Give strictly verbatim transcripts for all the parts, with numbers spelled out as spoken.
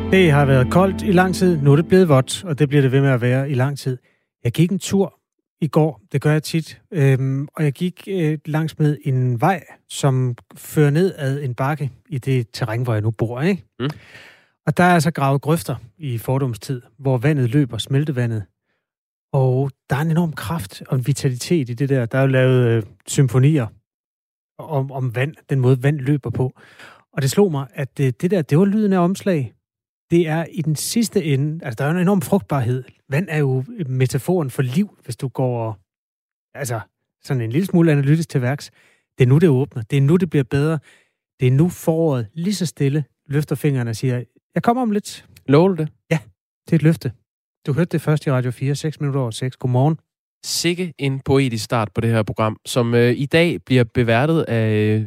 Det har været koldt i lang tid, nu er det blevet vådt, og det bliver det ved med at være i lang tid. Jeg gik en tur i går, det gør jeg tit, øhm, og jeg gik øh, langs med en vej, som fører ned ad en bakke i det terræn, hvor jeg nu bor, ikke? Mm. Og der er altså gravet grøfter i fordumstid, hvor vandet løber, smeltevandet. Og der er en enorm kraft og en vitalitet i det der. Der er jo lavet øh, symfonier om, om vand, den måde vand løber på. Og det slog mig, at øh, det der, det var lyden af omslag. Det er i den sidste ende, altså der er en enorm frugtbarhed. Vand er jo metaforen for liv, hvis du går, altså sådan en lille smule analytisk til værks. Det er nu, det åbner. Det er nu, det bliver bedre. Det er nu foråret lige så stille løfter fingrene og siger, jeg kommer om lidt. Lover du det? Ja, det er et løfte. Du hørte det først i Radio fire, seks minutter over seks. Godmorgen. Sikke en poetisk start på det her program, som øh, i dag bliver beværtet af øh,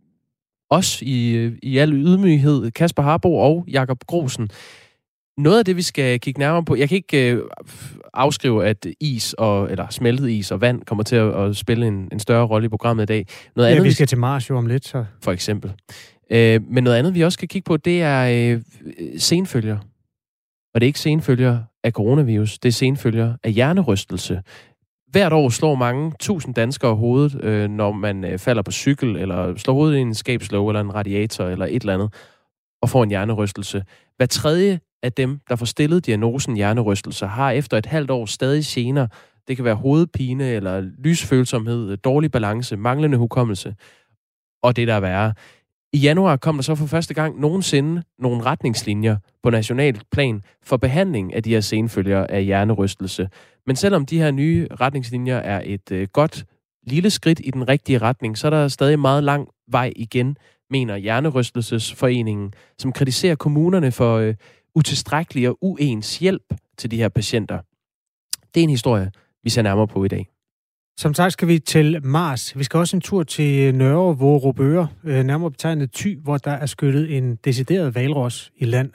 os i, i al ydmyghed, Kasper Harbo og Jakob Grosen. Noget af det, vi skal kigge nærmere på, jeg kan ikke øh, afskrive, at is og, eller smeltet is og vand kommer til at, at spille en, en større rolle i programmet i dag. Noget ja, andet, vi skal til Mars jo om lidt, så. For eksempel. Øh, men noget andet, vi også skal kigge på, det er øh, senfølger. Og det er ikke senfølger af coronavirus, det er senfølger af hjernerystelse. Hvert år slår mange tusind danskere hovedet, øh, når man øh, falder på cykel, eller slår hovedet i en skabslåge, eller en radiator, eller et eller andet, og får en hjernerystelse. Hver tredje af dem, der får stillet diagnosen hjernerystelse, har efter et halvt år stadig gener. Det kan være hovedpine, eller lysfølsomhed, dårlig balance, manglende hukommelse, og det der er værre. I januar kom der så for første gang nogensinde nogle retningslinjer på national plan for behandling af de her senfølger af hjernerystelse. Men selvom de her nye retningslinjer er et øh, godt lille skridt i den rigtige retning, så er der stadig meget lang vej igen, mener Hjernerystelsesforeningen, som kritiserer kommunerne for øh, utilstrækkelig og uens hjælp til de her patienter. Det er en historie, vi ser nærmere på i dag. Som sagt skal vi til Mars. Vi skal også en tur til Nørre Vorupøre, nærmere betegnet Thy, hvor der er skyllet en decideret hvalros i land.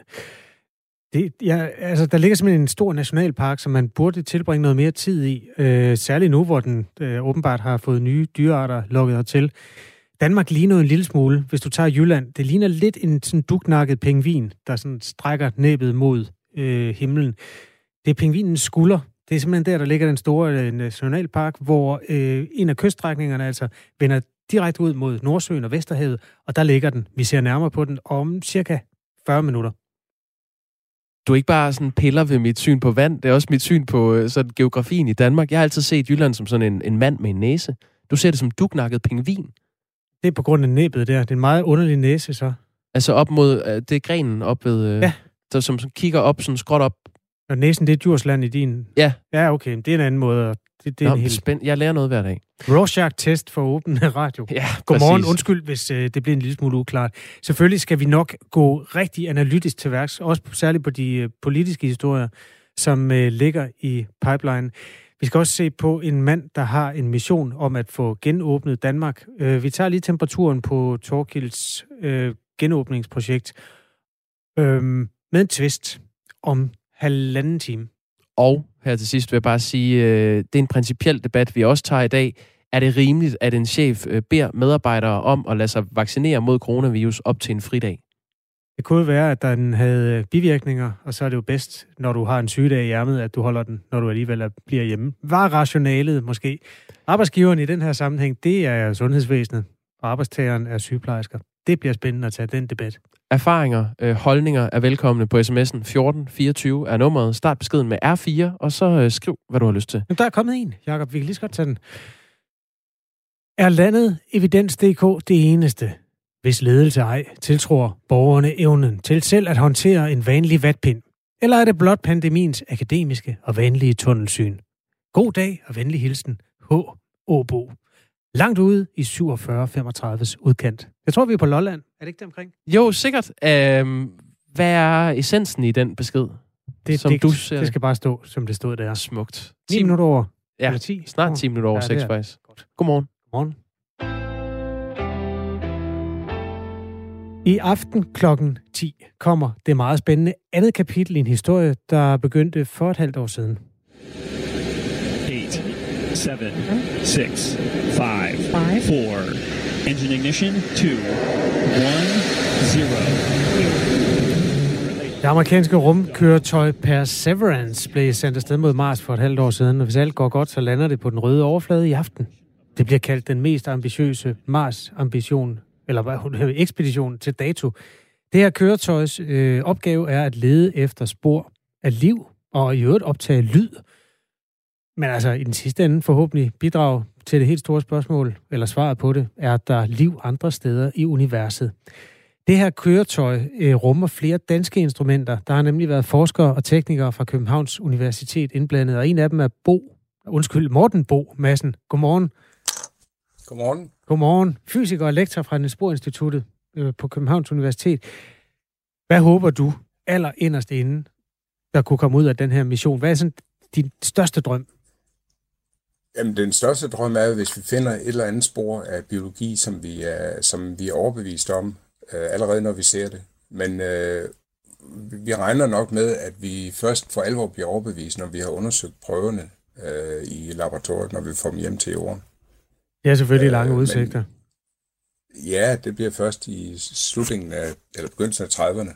Det, ja, altså, der ligger simpelthen en stor nationalpark, som man burde tilbringe noget mere tid i. Øh, særligt nu, hvor den øh, åbenbart har fået nye dyrearter lukket hertil. Danmark ligner en lille smule, hvis du tager Jylland. Det ligner lidt en sådan duknakket pingvin, der sådan strækker næbet mod øh, himlen. Det er pingvinens skulder. Det er simpelthen der, der ligger den store nationalpark, hvor øh, en af kyststrækningerne altså vender direkte ud mod Nordsøen og Vesterhavet, og der ligger den. Vi ser nærmere på den om cirka fyrre minutter. Du er ikke bare sådan piller ved mit syn på vand, det er også mit syn på sådan geografien i Danmark. Jeg har altid set Jylland som sådan en, en mand med en næse. Du ser det som duknakket pingvin. Det er på grund af næbet der. Det er en meget underlig næse, så. Altså op mod, det er grenen op ved, ja. der, som, som kigger op, sådan skråt op. Og næsen, det er Djursland i din... Ja. Ja, okay. Det er en anden måde. Det, det er Nå, en helt... spænd... Jeg lærer noget hver dag. Rorschach-test for åben radio. Ja, Godmorgen. præcis. Undskyld, hvis øh, det bliver en lille smule uklart. Selvfølgelig skal vi nok gå rigtig analytisk til værks, også særligt på de øh, politiske historier, som øh, ligger i pipeline. Vi skal også se på en mand, der har en mission om at få genåbnet Danmark. Øh, vi tager lige temperaturen på Thorkilds øh, genåbningsprojekt øh, med en twist om halvanden time. Og her til sidst vil jeg bare sige, øh, det er en principiel debat, vi også tager i dag. Er det rimeligt, at en chef øh, beder medarbejdere om at lade sig vaccinere mod coronavirus op til en fridag? Det kunne være, at den havde bivirkninger, og så er det jo bedst, når du har en sygedag i ærmet, at du holder den, når du alligevel bliver hjemme. Var rationalet måske? Arbejdsgiveren i den her sammenhæng, det er sundhedsvæsenet, og arbejdstageren er sygeplejersker. Det bliver spændende at tage den debat. Erfaringer, øh, holdninger er velkomne på sms'en fjorten fireogtyve er nummeret. Start beskeden med R fire, og så øh, skriv, hvad du har lyst til. Jamen, der er kommet en, Jakob. Vi kan lige så godt tage den. Er landet Evidens punktum d k det eneste, hvis ledelse ej tiltror borgerne evnen til selv at håndtere en vanlig vatpind? Eller er det blot pandemiens akademiske og vanlige tunnelsyn? God dag og venlig hilsen, H. Åbo. Langt ude i syvogfyrre femogtredives udkant. Jeg tror, vi er på Lolland. Er det ikke det omkring? Jo, sikkert. Øhm, hvad er essensen i den besked? Det, som digt, du ser det skal bare stå, som det stod der. Smukt. ni minutter over. Ja, eller ti. snart ti minutter over ja, seks faktisk. Godmorgen. Godmorgen. I aften klokken ti kommer det meget spændende andet kapitel i en historie, der begyndte for et halvt år siden. eight, seven, six, five, four, engine ignition, two, one, zero. Det amerikanske rumkøretøj Perseverance blev sendt afsted mod Mars for et halvt år siden, og hvis alt går godt, så lander det på den røde overflade i aften. Det bliver kaldt den mest ambitiøse Mars-ambition, eller ekspedition til dato. Det her køretøjs øh, opgave er at lede efter spor af liv, og i øvrigt optage lyd. Men altså i den sidste ende forhåbentlig bidrag til det helt store spørgsmål, eller svaret på det, er der liv andre steder i universet. Det her køretøj øh, rummer flere danske instrumenter. Der har nemlig været forskere og teknikere fra Københavns Universitet indblandet, og en af dem er Bo, undskyld, Morten Bo Madsen. Godmorgen. Godmorgen. Godmorgen. Fysiker og lektor fra Niels Bohr Instituttet øh, på Københavns Universitet. Hvad håber du allerinderst inde, der kunne komme ud af den her mission? Hvad er sådan din største drøm? Jamen, den største drøm er, hvis vi finder et eller andet spor af biologi, som vi er, som vi er overbevist om, øh, allerede når vi ser det. Men øh, vi regner nok med, at vi først for alvor bliver overbevist, når vi har undersøgt prøverne øh, i laboratoriet, når vi får dem hjem til jorden. Det er selvfølgelig lange øh, udsigter. Men, ja, det bliver først i slutningen af, eller begyndelsen af trediverne.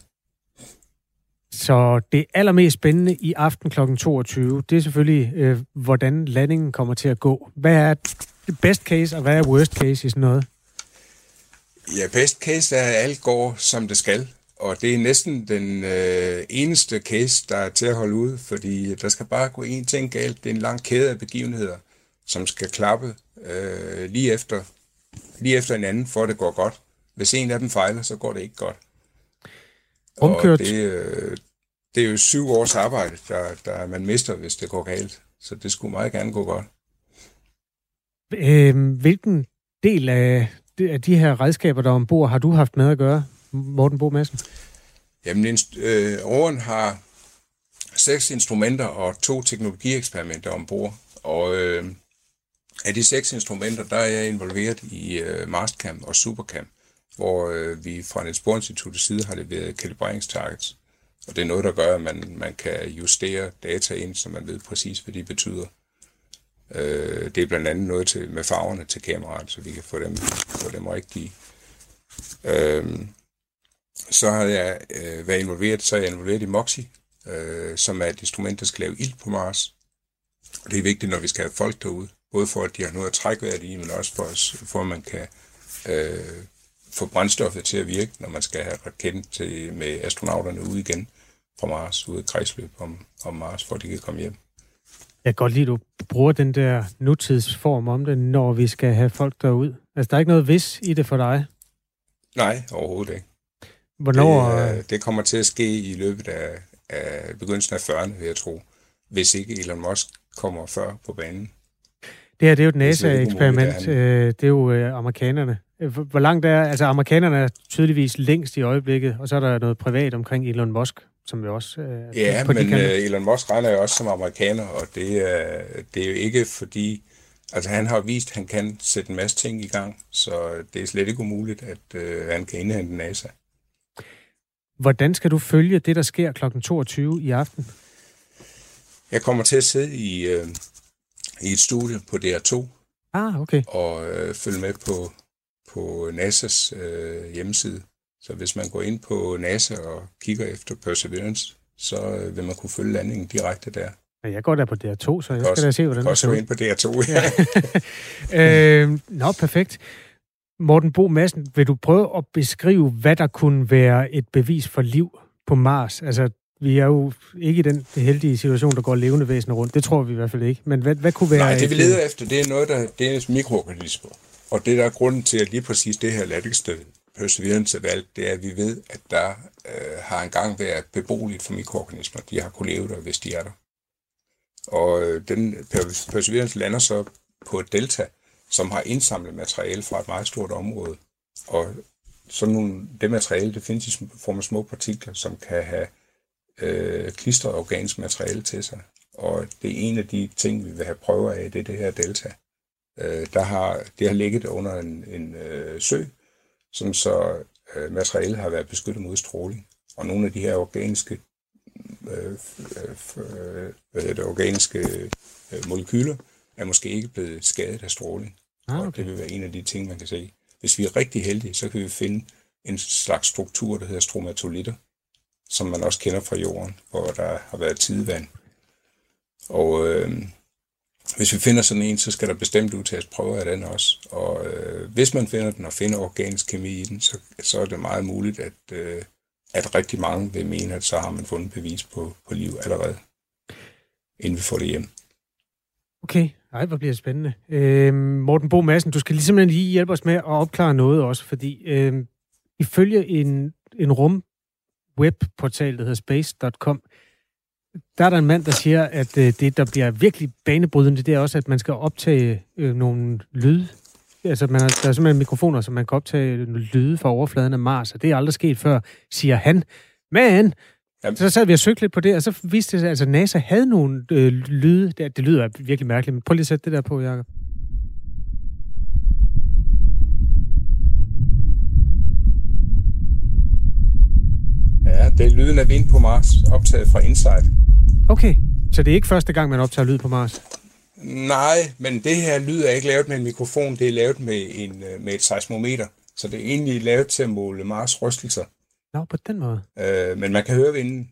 Så det allermest spændende i aften klokken toogtyve, det er selvfølgelig, øh, hvordan landingen kommer til at gå. Hvad er best case, og hvad er worst case i sådan noget? Ja, best case er, at alt går, som det skal. Og det er næsten den øh, eneste case, der er til at holde ud, fordi der skal bare gå én ting galt. Det er en lang kæde af begivenheder, som skal klappe øh, lige, efter, lige efter en anden, for at det går godt. Hvis en af dem fejler, så går det ikke godt. Rumkørt. Og det, øh, det er jo syv års arbejde, der, der man mister, hvis det går galt. Så det skulle meget gerne gå godt. Øh, hvilken del af, af de her redskaber, der er ombord, har du haft med at gøre, Morten Bo Madsen? Jamen, øh, Roren har seks instrumenter og to teknologieksperimenter ombord. Og øh, af de seks instrumenter, der er jeg involveret i øh, Mastcam og Supercam, hvor øh, vi fra Niels Bohr Instituttets side har leveret kalibreringstargets. Og det er noget, der gør, at man, man kan justere data ind, så man ved præcis, hvad de betyder. Øh, det er blandt andet noget til, med farverne til kameraet, så vi kan få dem, få dem rigtige. Øh, så har jeg øh, været involveret, så er jeg involveret i MOXIE, øh, som er et instrument, der skal lave ild på Mars. Og det er vigtigt, når vi skal have folk derude, både for, at de har noget at trække vejret i, men også for, for at man kan øh, få brændstoffet til at virke, når man skal have raketten til, med astronauterne ude igen fra Mars, ude i kredsløb om, om Mars, for at de kan komme hjem. Jeg kan godt lide, at du bruger den der nutidsform om det, når vi skal have folk derude. Altså, der er ikke noget vis i det for dig? Nej, overhovedet ikke. Hvornår? Det, det kommer til at ske i løbet af, af begyndelsen af fyrrerne, vil jeg tro, hvis ikke Elon Musk kommer før på banen. Det her, det er jo et NASA-eksperiment. Det er jo øh, amerikanerne. Hvor langt er... Altså, amerikanerne er tydeligvis længst i øjeblikket, og så er der noget privat omkring Elon Musk, som jo også... Øh, ja, men uh, Elon Musk regner jo også som amerikaner, og det, uh, det er jo ikke fordi... Altså, han har vist, at han kan sætte en masse ting i gang, så det er slet ikke umuligt, at uh, han kan indhente NASA. Hvordan skal du følge det, der sker klokken toogtyve i aften? Jeg kommer til at sidde i, uh, i et studie på D R to. Ah, okay. Og uh, følge med på, på NASAs uh, hjemmeside. Så hvis man går ind på NASA og kigger efter Perseverance, så uh, vil man kunne følge landingen direkte der. Ja, jeg går der på D R to, så jeg skal da se, hvordan det ser ud. Også gå ind på D R to, ja. ja. øh, nå, perfekt. Morten Bo Madsen, vil du prøve at beskrive, hvad der kunne være et bevis for liv på Mars? Altså, vi er jo ikke i den heldige situation, der går levende væsener rundt. Det tror vi i hvert fald ikke. Men hvad, hvad kunne være... Nej, det vi leder et... efter, det er noget, der det er mikroorganismer. Og det der er grunden til, at lige præcis det her latterligste Perseverance er valgt, det er, at vi ved, at der øh, har engang været beboeligt for mikroorganismer. De har kunnet leve der, hvis de er der. Og øh, den Perseverance lander så på et delta, som har indsamlet materiale fra et meget stort område. Og sådan nogle, det materiale, det findes i form af små partikler, som kan have øh, klistret organisk materiale til sig. Og det er en af de ting, vi vil have prøver af, det er det her delta. Øh, der har, det har ligget under en, en øh, sø, som så øh, materialet har været beskyttet mod stråling. Og nogle af de her organiske, øh, øh, øh, det, organiske øh, molekyler er måske ikke blevet skadet af stråling. Ah, okay. Og det vil være en af de ting, man kan se. Hvis vi er rigtig heldige, så kan vi finde en slags struktur, der hedder stromatolitter, som man også kender fra jorden, hvor der har været tidevand. Og øh, hvis vi finder sådan en, så skal der bestemt udtages prøver af den også. Og øh, hvis man finder den og finder organisk kemi i den, så, så er det meget muligt, at, øh, at rigtig mange vil mene, at så har man fundet bevis på, på liv allerede, inden vi får det hjem. Okay, ej, hvor bliver det spændende. Øh, Morten Bo Madsen, du skal lige simpelthen lige hjælpe os med at opklare noget også, fordi øh, ifølge en, en rum webportal, der hedder space punktum com, der er der en mand, der siger, at øh, det, der bliver virkelig banebrydende, det er også, at man skal optage øh, nogle lyde. Altså, man har, der er simpelthen mikrofoner, så man kan optage lyde fra overfladen af Mars, og det er aldrig sket før, siger han. Men Jamen. så sad vi og søgte lidt på det, og så viste det sig, at altså, NASA havde nogle øh, lyde. Det, det lyder virkelig mærkeligt, men prøv lige at sætte det der på, Jacob. Ja, det er lyden af vind på Mars, optaget fra InSight. Okay, så det er ikke første gang, man optager lyd på Mars? Nej, men det her lyd er ikke lavet med en mikrofon, det er lavet med, en, med et seismometer. Så det er egentlig lavet til at måle Mars' rystelser. Nå, på den måde. Øh, men man kan høre vinden.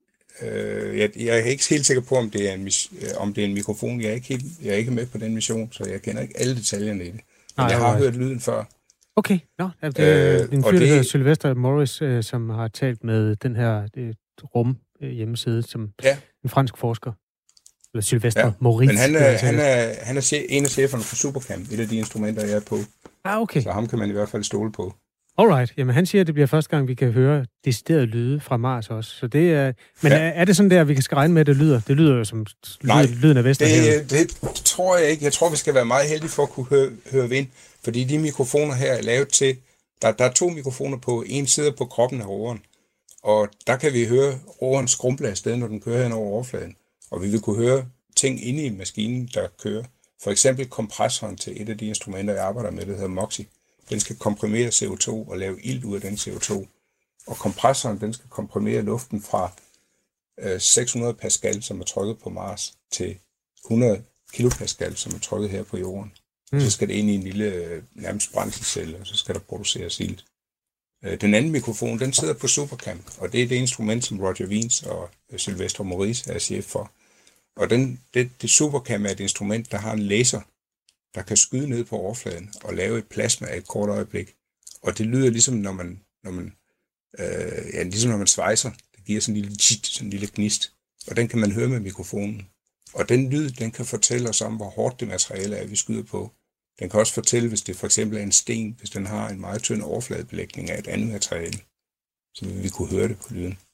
Øh, jeg, jeg er ikke helt sikker på, om det er en, om det er en mikrofon. Jeg er, ikke helt, jeg er ikke med på den mission, så jeg kender ikke alle detaljerne i det. Men Nej, jeg har right. hørt lyden før. Okay, nå, det er øh, en fyr, der hedder Sylvester Morris, øh, som har talt med den her øh, rum øh, hjemmeside, som ja. en fransk forsker. Eller Sylvester ja. Morris. Men han er, han er, han er chef, en af cheferne for Supercam, et af de instrumenter, jeg er på. Ah, okay. Så ham kan man i hvert fald stole på. Alright, jamen han siger, at det bliver første gang, vi kan høre deciderede lyde fra Mars også. Så det er, men ja. er, er det sådan der, at vi kan regne med, at det lyder? Det lyder jo som Nej, lyden, lyden af Vesterhavet. Det, det tror jeg ikke. Jeg tror, vi skal være meget heldige for at kunne høre, høre vind. Fordi de mikrofoner her er lavet til... Der, der er to mikrofoner på. En sidder på kroppen af roeren. Og der kan vi høre roeren skrumple afsted, når den kører hen over overfladen. Og vi vil kunne høre ting inde i maskinen, der kører. For eksempel kompressoren til et af de instrumenter, jeg arbejder med, der hedder MOXIE. Den skal komprimere C O to og lave ilt ud af den C O to. Og kompressoren, den skal komprimere luften fra øh, seks hundrede pascal, som er trykket på Mars, til hundrede kilopascal, som er trykket her på jorden. Mm. Så skal det ind i en lille, nærmest brændselscelle, og så skal der produceres ilt. Øh, den anden mikrofon, den sidder på Supercam, og det er det instrument, som Roger Wiens og Sylvester Morris er chef for. Og den, det, det Supercam er et instrument, der har en laser, der kan skyde ned på overfladen og lave et plasma af et kort øjeblik. Og det lyder ligesom, når man, når man, øh, ja, ligesom når man svejser. Det giver sådan en lille tjit, sådan en lille gnist. Og den kan man høre med mikrofonen. Og den lyd, den kan fortælle os om, hvor hårdt det materiale er, vi skyder på. Den kan også fortælle, hvis det for eksempel er en sten, hvis den har en meget tynd overfladebelægning af et andet materiale. Så vil vi kunne høre det på lyden.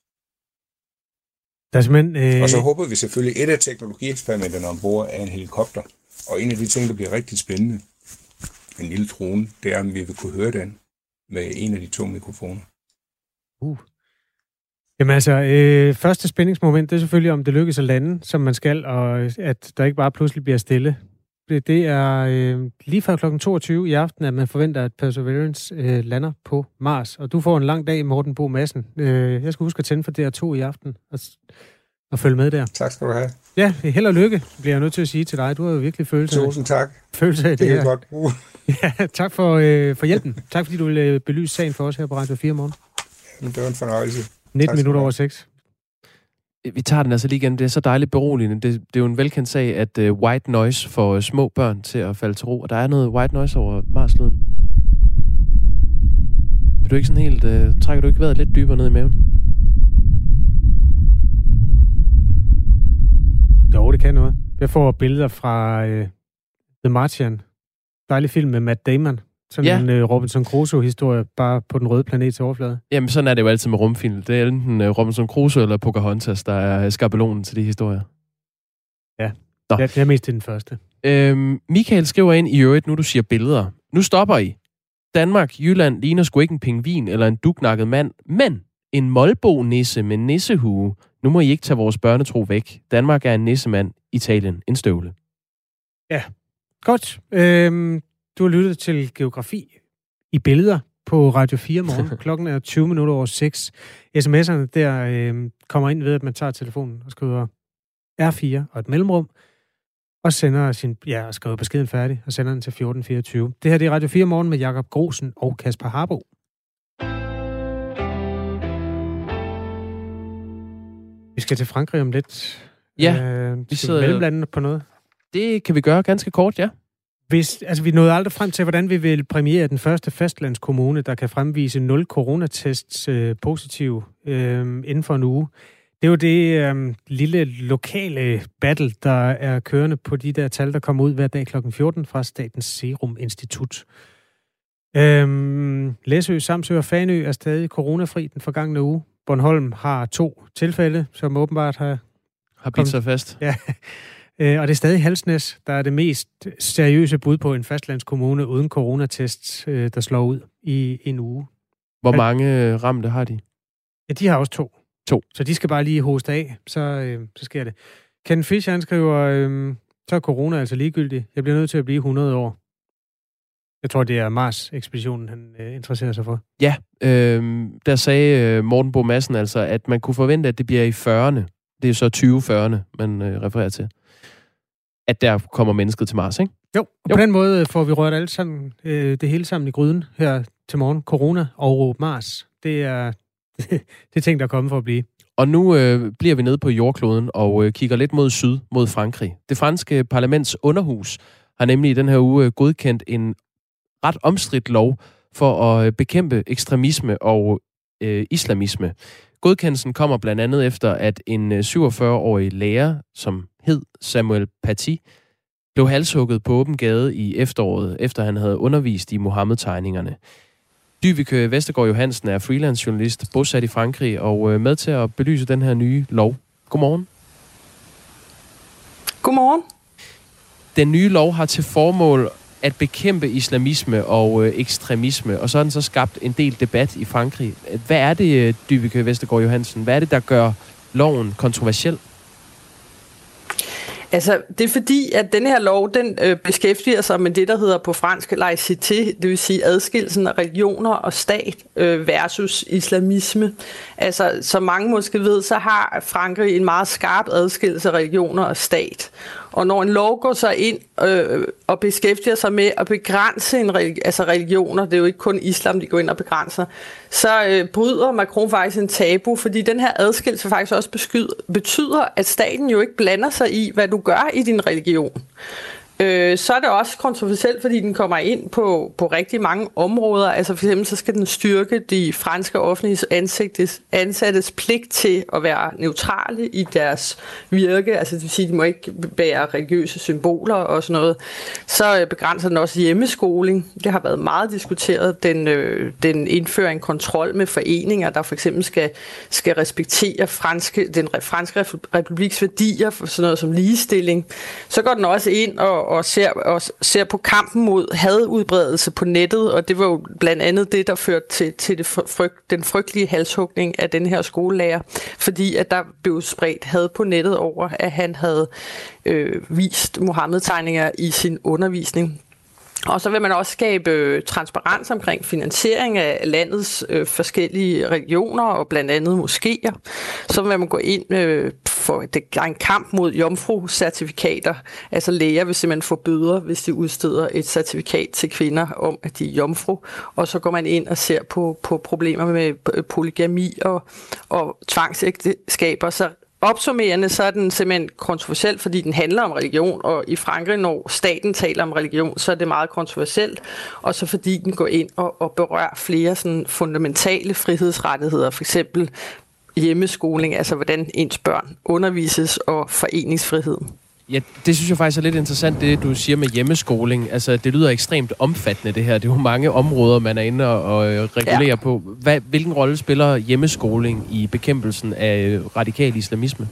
Der er simpelthen, øh... Og så håber vi selvfølgelig, et af teknologieksperimenterne ombord er en helikopter. Og en af de ting, der bliver rigtig spændende, en lille drone, det er, om vi vil kunne høre den med en af de to mikrofoner. Uh. Jamen altså, øh, første spændingsmoment, det er selvfølgelig, om det lykkes at lande, som man skal, og at der ikke bare pludselig bliver stille. Det, det er øh, lige før klokken toogtyve i aften, at man forventer, at Perseverance øh, lander på Mars. Og du får en lang dag, Morten Bo Madsen. Øh, jeg skal huske at tænde for D R to i aften og, og følge med der. Tak skal du have. Ja, held og lykke, bliver jeg nødt til at sige til dig. Du har jo virkelig følelse af, Tusind tak. Følelse af det, det er her. Godt bruge. Ja, tak for, øh, for hjælpen. Tak fordi du ville belyse sagen for os her på Radio fire morgen. Det var en fornøjelse. nitten minutter over seks. Vi tager den altså lige igen. Det er så dejligt beroligende. Det, det er jo en velkendt sag, at uh, white noise får uh, små børn til at falde til ro. Og der er noget white noise over Mars-lyden. Er du ikke sådan helt... Uh, trækker du ikke vejret lidt dybere ned i maven? Jo, det kan noget. Jeg får billeder fra uh, The Martian. Dejlig film med Matt Damon. Sådan ja. en uh, Robinson Crusoe-historie, bare på den røde planet til overflade. Jamen, sådan er det jo altid med rumfilm. Det er enten uh, Robinson Crusoe eller Pocahontas, der er skabelonen til de historier. Ja, Nå. det er mest til den første. Øhm, Michael skriver ind i øvrigt, nu du siger billeder. Nu stopper I. Danmark, Jylland ligner sgu ikke en pingvin eller en duknakket mand, men en Molbo-nisse med nissehue. Nu må I ikke tage vores børnetro væk. Danmark er en nissemand, Italien en støvle. Ja, godt. Øhm, du har lyttet til Geografi i billeder på Radio fire morgen. Klokken er tyve minutter over seks. SMS'erne der øh, kommer ind ved, at man tager telefonen og skriver R fire og et mellemrum, og sender sin, ja, og skriver beskeden færdig, og sender den til fjorten fireogtyve. Det her det er Radio fire morgen med Jacob Grosen og Kasper Harbo. Vi skal til Frankrig om lidt. Ja. Øh, vi skal sidder... vi mellemlande på noget? Det kan vi gøre ganske kort, ja. Hvis, altså, vi nåede aldrig frem til, hvordan vi vil premiere den første fastlandskommune, der kan fremvise nul coronatests øh, positiv øh, inden for en uge. Det er jo det øh, lille lokale battle, der er kørende på de der tal, der kommer ud hver dag klokken fjorten fra Statens Serum Institut. Øhm, Læsø, Samsø og Fanø er stadig coronafri den forgangne uge. Bornholm har to tilfælde, som åbenbart har... Har bidt sig fast. Ja, øh, og det er stadig Halsnæs, der er det mest seriøse bud på en fastlandskommune uden coronatest, øh, der slår ud i en uge. Hvor mange ramte har de? Ja, de har også to. To. Så de skal bare lige hoste af, så, øh, så sker det. Ken Fischer, han skriver, øh, så er corona altså ligegyldig. Jeg bliver nødt til at blive hundrede år. Jeg tror, det er Mars-ekspeditionen, han øh, interesserer sig for. Ja, øh, der sagde øh, Morten Bo Madsen altså, at man kunne forvente, at det bliver i fyrrerne. Det er så tyve fyrrerne, man øh, refererer til. At der kommer mennesket til Mars, ikke? Jo, og jo. På den måde får vi rørt alt sammen, øh, det hele sammen i gryden her til morgen. Corona og Mars. Det er, det er ting, der er kommet for at blive. Og nu øh, bliver vi nede på jordkloden og øh, kigger lidt mod syd, mod Frankrig. Det franske parlaments underhus har nemlig i den her uge godkendt en ret omstridt lov for at bekæmpe ekstremisme og øh, islamisme. Godkendelsen kommer blandt andet efter, at en syvogfyrre-årig lærer, som hed Samuel Paty, blev halshugget på åben gade i efteråret, efter han havde undervist i Mohammed-tegningerne. Dyveke Vestergaard Johansen er freelance-journalist, bosat i Frankrig og med til at belyse den her nye lov. Godmorgen. Godmorgen. Den nye lov har til formål at bekæmpe islamisme og øh, ekstremisme, og så har den så skabt en del debat i Frankrig. Hvad er det, Dyveke Vestergaard Johansen? Hvad er det, der gør loven kontroversiel? Altså, det er fordi, at denne her lov, den øh, beskæftiger sig med det, der hedder på fransk laïcité, det vil sige adskillelsen af religioner og stat øh, versus islamisme. Altså, som mange måske ved, så har Frankrig en meget skarp adskillelse af religioner og stat. Og når en lov går så ind øh, og beskæftiger sig med at begrænse en religi- altså religioner, det er jo ikke kun islam, de går ind og begrænser, så øh, bryder Macron faktisk en tabu, fordi den her adskillelse faktisk også beskyder, betyder, at staten jo ikke blander sig i, hvad du gør i din religion. Øh, så er det også kontroversielt, fordi den kommer ind på, på rigtig mange områder. Altså for eksempel så skal den styrke de franske offentlige ansigtes, ansattes pligt til at være neutrale i deres virke. Altså det vil sige, at de må ikke bære religiøse symboler og sådan noget. Så øh, begrænser den også hjemmeskoling. Det har været meget diskuteret. Den, øh, den indfører en kontrol med foreninger, der for eksempel skal, skal respektere franske, den franske republiks værdier for sådan noget som ligestilling. Så går den også ind og og ser, og ser på kampen mod hadudbredelse på nettet, og det var jo blandt andet det, der førte til, til det frygt, den frygtelige halshugning af den her skolelærer, fordi at der blev spredt had på nettet over, at han havde øh, vist Mohammed-tegninger i sin undervisning. Og så vil man også skabe øh, transparens omkring finansiering af landets øh, forskellige regioner og blandt andet moskéer. Så vil man gå ind øh, for det er en kamp mod jomfru-certifikater. Altså læger vil simpelthen få bøder, hvis de udsteder et certifikat til kvinder om, at de er jomfru. Og så går man ind og ser på, på problemer med polygami og, og tvangsægteskaber. Så opsummerende, så er den simpelthen kontroversiel, fordi den handler om religion, og i Frankrig, når staten taler om religion, så er det meget kontroversielt, og så fordi den går ind og, og berører flere sådan fundamentale frihedsrettigheder, for eksempel hjemmeskoling, altså hvordan ens børn undervises, og foreningsfriheden. Ja, det synes jeg faktisk er lidt interessant, det du siger med hjemmeskoling. Altså, det lyder ekstremt omfattende, det her. Det er jo mange områder, man er inde og, og regulerer ja. på. Hvad, hvilken rolle spiller hjemmeskoling i bekæmpelsen af radikal islamisme?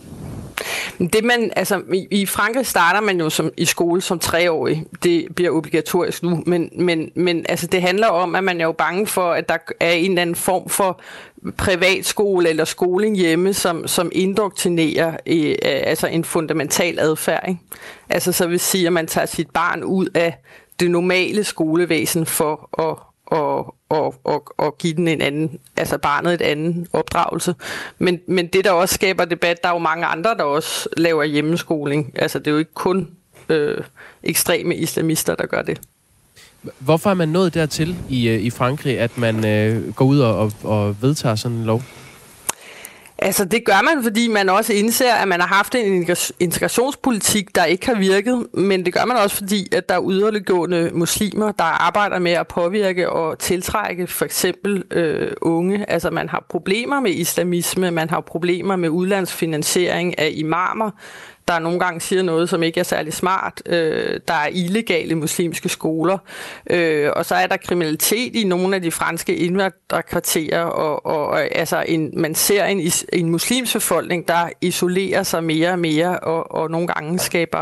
Det man, altså, i, i Frankrig starter man jo som, i skole som treårig. Det bliver obligatorisk nu, men, men, men altså, det handler om, at man er jo bange for, at der er en eller anden form for privatskole eller skoling hjemme, som, som indoktrinerer øh, altså en fundamental adfærd. Ikke? Altså så vil sige, at man tager sit barn ud af det normale skolevæsen for at og, og, og, og give den en anden, altså barnet et anden opdragelse. Men, men det, der også skaber debat, der er jo mange andre, der også laver hjemmeskoling. Altså det er jo ikke kun øh, ekstreme islamister, der gør det. Hvorfor er man nået dertil i, i Frankrig, at man øh, går ud og, og vedtager sådan en lov? Altså det gør man, fordi man også indser, at man har haft en integrationspolitik, der ikke har virket, men det gør man også, fordi at der er yderliggående muslimer, der arbejder med at påvirke og tiltrække for eksempel øh, unge. Altså man har problemer med islamisme, man har problemer med udlandsfinansiering af imamer, der nogle gange siger noget, som ikke er særlig smart. Øh, der er illegale muslimske skoler, øh, og så er der kriminalitet i nogle af de franske indvandrerkvarterer, og, og, og altså en, man ser en, en muslimsk befolkning, der isolerer sig mere og mere, og, og nogle gange skaber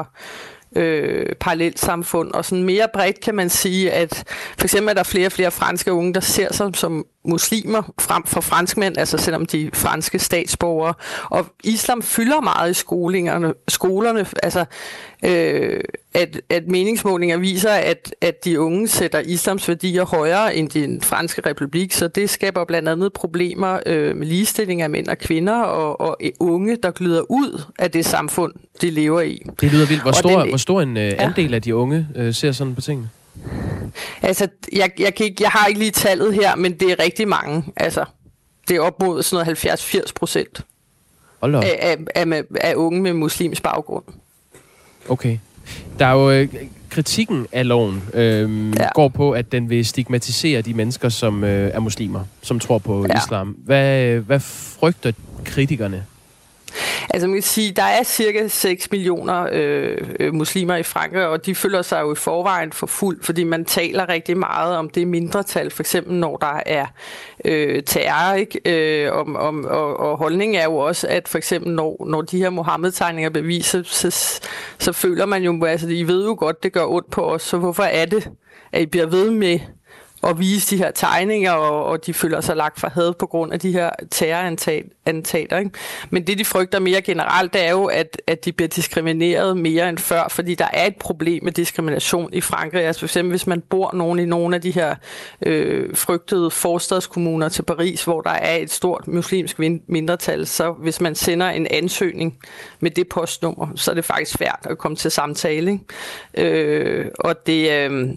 øh, parallelsamfund. Og sådan mere bredt kan man sige, at for eksempel er der flere og flere franske unge, der ser sig som muslimer frem for franskmænd, altså selvom de er franske statsborgere. Og islam fylder meget i skolingerne, skolerne, altså øh, at, at meningsmålinger viser, at, at de unge sætter islams værdier højere end den franske republik, så det skaber blandt andet problemer øh, med ligestilling af mænd og kvinder, og, og unge, der glider ud af det samfund, de lever i. Det lyder vildt. Hvor stor, den, hvor stor en øh, ja. andel af de unge øh, ser sådan på tingene? Altså, jeg, jeg, kan ikke, jeg har ikke lige tallet her, men det er rigtig mange. Altså, det er op mod sådan noget halvfjerds til firs procent af, af, af, af unge med muslims baggrund. Okay. Der er jo øh, kritikken af loven øh, ja. går på, at den vil stigmatisere de mennesker, som øh, er muslimer, som tror på ja. islam. Hvad, hvad frygter kritikerne? Altså man kan sige, der er cirka seks millioner øh, muslimer i Frankrig, og de føler sig jo i forvejen for fuld, fordi man taler rigtig meget om det mindretal, for eksempel når der er øh, terror, ikke? Øh, om, om, og, og holdningen er jo også, at for eksempel når, når de her Mohammed-tegninger beviser, så, så føler man jo, altså I ved jo godt, det gør ondt på os, så hvorfor er det, at I bliver ved med og vise de her tegninger, og, og de føler sig lagt for had på grund af de her terrorattentater. Ikke? Men det, de frygter mere generelt, det er jo, at, at de bliver diskrimineret mere end før, fordi der er et problem med diskrimination i Frankrig. Altså for eksempel, hvis man bor nogen i nogle af de her øh, frygtede forstadskommuner til Paris, hvor der er et stort muslimsk mindretal, så hvis man sender en ansøgning med det postnummer, så er det faktisk svært at komme til samtale. Ikke? Øh, og det... Øh,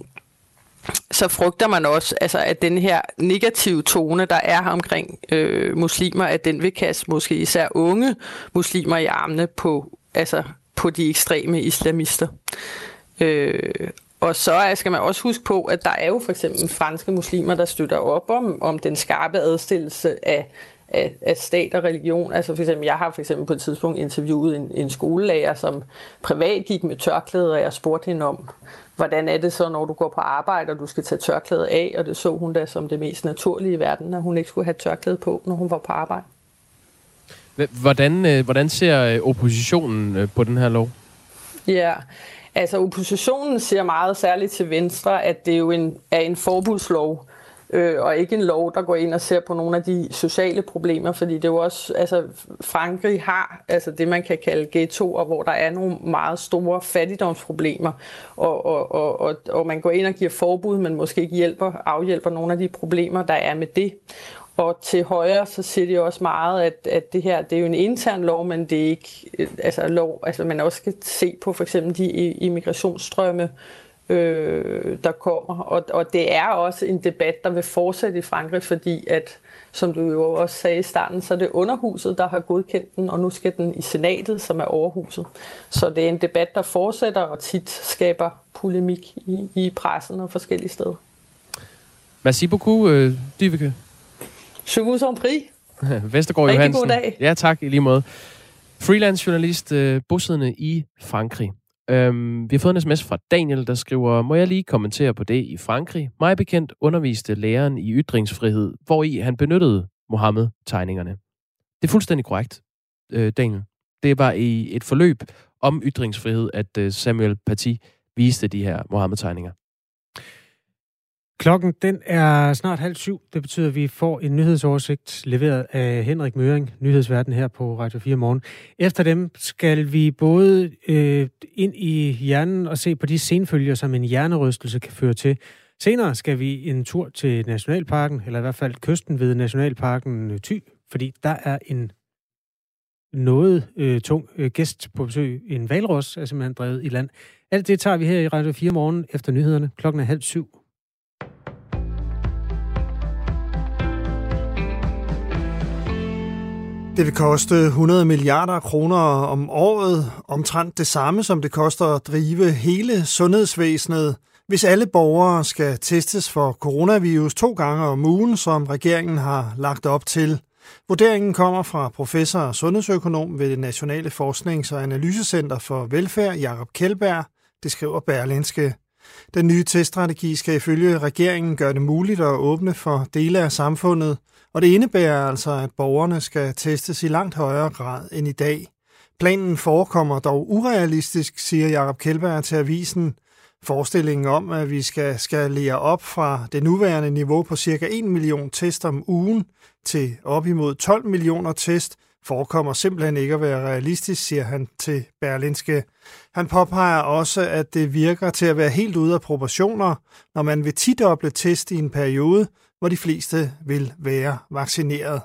så frygter man også, altså, at den her negative tone, der er omkring øh, muslimer, at den vil kaste måske især unge muslimer i armene på, altså, på de ekstreme islamister. Øh, og så skal man også huske på, at der er jo for eksempel franske muslimer, der støtter op om, om den skarpe adstillelse af Af, af stat og religion. Altså for eksempel, jeg har for eksempel på et tidspunkt interviewet en, en skolelærer, som privat gik med tørklæder, og jeg spurgte hende om, hvordan er det så, når du går på arbejde, og du skal tage tørklædet af, og det så hun da som det mest naturlige i verden, at hun ikke skulle have tørklæde på, når hun var på arbejde. Hvordan, hvordan ser oppositionen på den her lov? Ja, altså oppositionen siger meget særligt til Venstre, at det jo en, er en forbudslov, Øh, og ikke en lov, der går ind og ser på nogle af de sociale problemer, fordi det er jo også, altså Frankrig har altså det, man kan kalde ghettoer, hvor der er nogle meget store fattigdomsproblemer, og, og, og, og, og man går ind og giver forbud, men måske ikke hjælper, afhjælper nogle af de problemer, der er med det. Og til højre, så siger de også meget, at, at det her, det er jo en intern lov, men det er ikke, altså lov, altså man også skal se på for eksempel de immigrationsstrømme, Øh, der kommer, og, og det er også en debat, der vil fortsætte i Frankrig, fordi at, som du jo også sagde i starten, så er det underhuset, der har godkendt den, og nu skal den i senatet, som er overhuset. Så det er en debat, der fortsætter, og tit skaber polemik i, i pressen og forskellige steder. Merci beaucoup, øh, Dyveke. Je vous en prie. Vestergaard Johansen. Rigtig god dag. Ja, tak, i lige måde. Freelance journalist, øh, bosiddende i Frankrig. Øhm, vi har fået en sms fra Daniel, der skriver, må jeg lige kommentere på det i Frankrig? Mig bekendt underviste læreren i ytringsfrihed, hvori han benyttede Mohammed-tegningerne. Det er fuldstændig korrekt, øh, Daniel. Det var i et forløb om ytringsfrihed, at øh, Samuel Paty viste de her Mohammed-tegninger. Klokken den er snart halv syv. Det betyder, at vi får en nyhedsoversigt leveret af Henrik Møring, nyhedsverden her på Radio fire Morgen. Efter dem skal vi både øh, ind i hjernen og se på de senfølger, som en hjernerystelse kan føre til. Senere skal vi en tur til Nationalparken, eller i hvert fald kysten ved Nationalparken Thy, fordi der er en noget øh, tung øh, gæst på besøg. En hvalros er simpelthen drevet i land. Alt det tager vi her i Radio fire Morgen efter nyhederne. Klokken er halv syv. Det vil koste hundrede milliarder kroner om året, omtrent det samme, som det koster at drive hele sundhedsvæsenet, hvis alle borgere skal testes for coronavirus to gange om ugen, som regeringen har lagt op til. Vurderingen kommer fra professor og sundhedsøkonom ved det Nationale Forsknings- og Analysecenter for Velfærd, Jakob Kjeldberg. Det skriver Berlingske. Den nye teststrategi skal ifølge regeringen gøre det muligt at åbne for dele af samfundet, og det indebærer altså, at borgerne skal testes i langt højere grad end i dag. Planen forekommer dog urealistisk, siger Jakob Kjeldberg til avisen. Forestillingen om, at vi skal skalere op fra det nuværende niveau på cirka en million test om ugen til op imod tolv millioner test, forekommer simpelthen ikke at være realistisk, siger han til Berlingske. Han påpeger også, at det virker til at være helt ude af proportioner, når man vil tidoble test i en periode, hvor de fleste vil være vaccineret.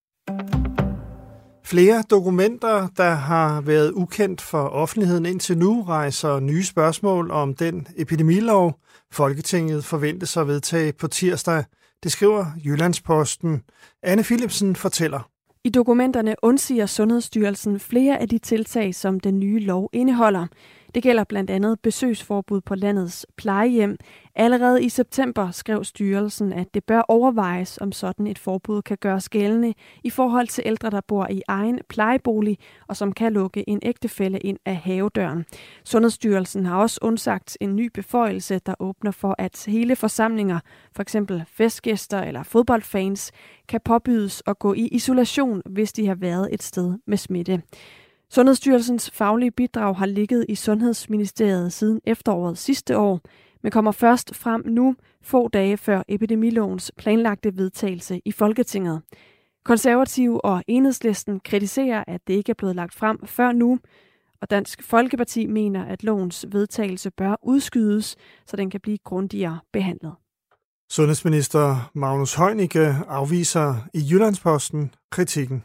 Flere dokumenter, der har været ukendt for offentligheden indtil nu, rejser nye spørgsmål om den epidemilov, Folketinget forventes at vedtage på tirsdag. Det skriver Jyllandsposten. Anne Philipsen fortæller. I dokumenterne undsiger Sundhedsstyrelsen flere af de tiltag, som den nye lov indeholder. Det gælder blandt andet besøgsforbud på landets plejehjem. Allerede i september skrev styrelsen, at det bør overvejes, om sådan et forbud kan gøres gældende i forhold til ældre, der bor i egen plejebolig, og som kan lukke en ægtefælle ind af havedøren. Sundhedsstyrelsen har også undsagt en ny beføjelse, der åbner for, at hele forsamlinger, f.eks. festgæster eller fodboldfans, kan påbydes at gå i isolation, hvis de har været et sted med smitte. Sundhedsstyrelsens faglige bidrag har ligget i Sundhedsministeriet siden efteråret sidste år, men kommer først frem nu, få dage før epidemilovens planlagte vedtagelse i Folketinget. Konservative og Enhedslisten kritiserer, at det ikke er blevet lagt frem før nu, og Dansk Folkeparti mener, at lovens vedtagelse bør udskydes, så den kan blive grundigere behandlet. Sundhedsminister Magnus Heunicke afviser i Jyllandsposten kritikken.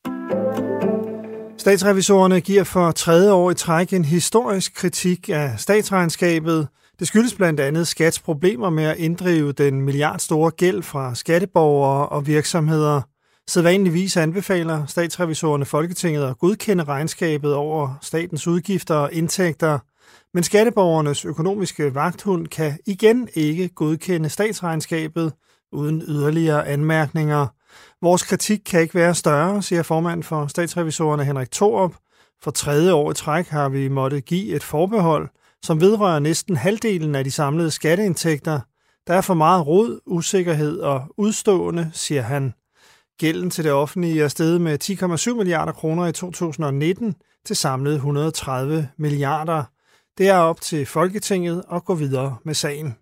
Statsrevisorerne giver for tredje år i træk en historisk kritik af statsregnskabet. Det skyldes blandt andet Skats problemer med at inddrive den milliardstore gæld fra skatteborgere og virksomheder. Sædvanligvis anbefaler statsrevisorerne Folketinget at godkende regnskabet over statens udgifter og indtægter. Men skatteborgernes økonomiske vagthund kan igen ikke godkende statsregnskabet uden yderligere anmærkninger. Vores kritik kan ikke være større, siger formand for statsrevisorerne Henrik Thorup. For tredje år i træk har vi måttet give et forbehold, som vedrører næsten halvdelen af de samlede skatteindtægter. Der er for meget rod, usikkerhed og udstående, siger han. Gælden til det offentlige er steget med ti komma syv milliarder kroner i to tusind og nitten til samlet et hundrede og tredive milliarder. Det er op til Folketinget at gå videre med sagen.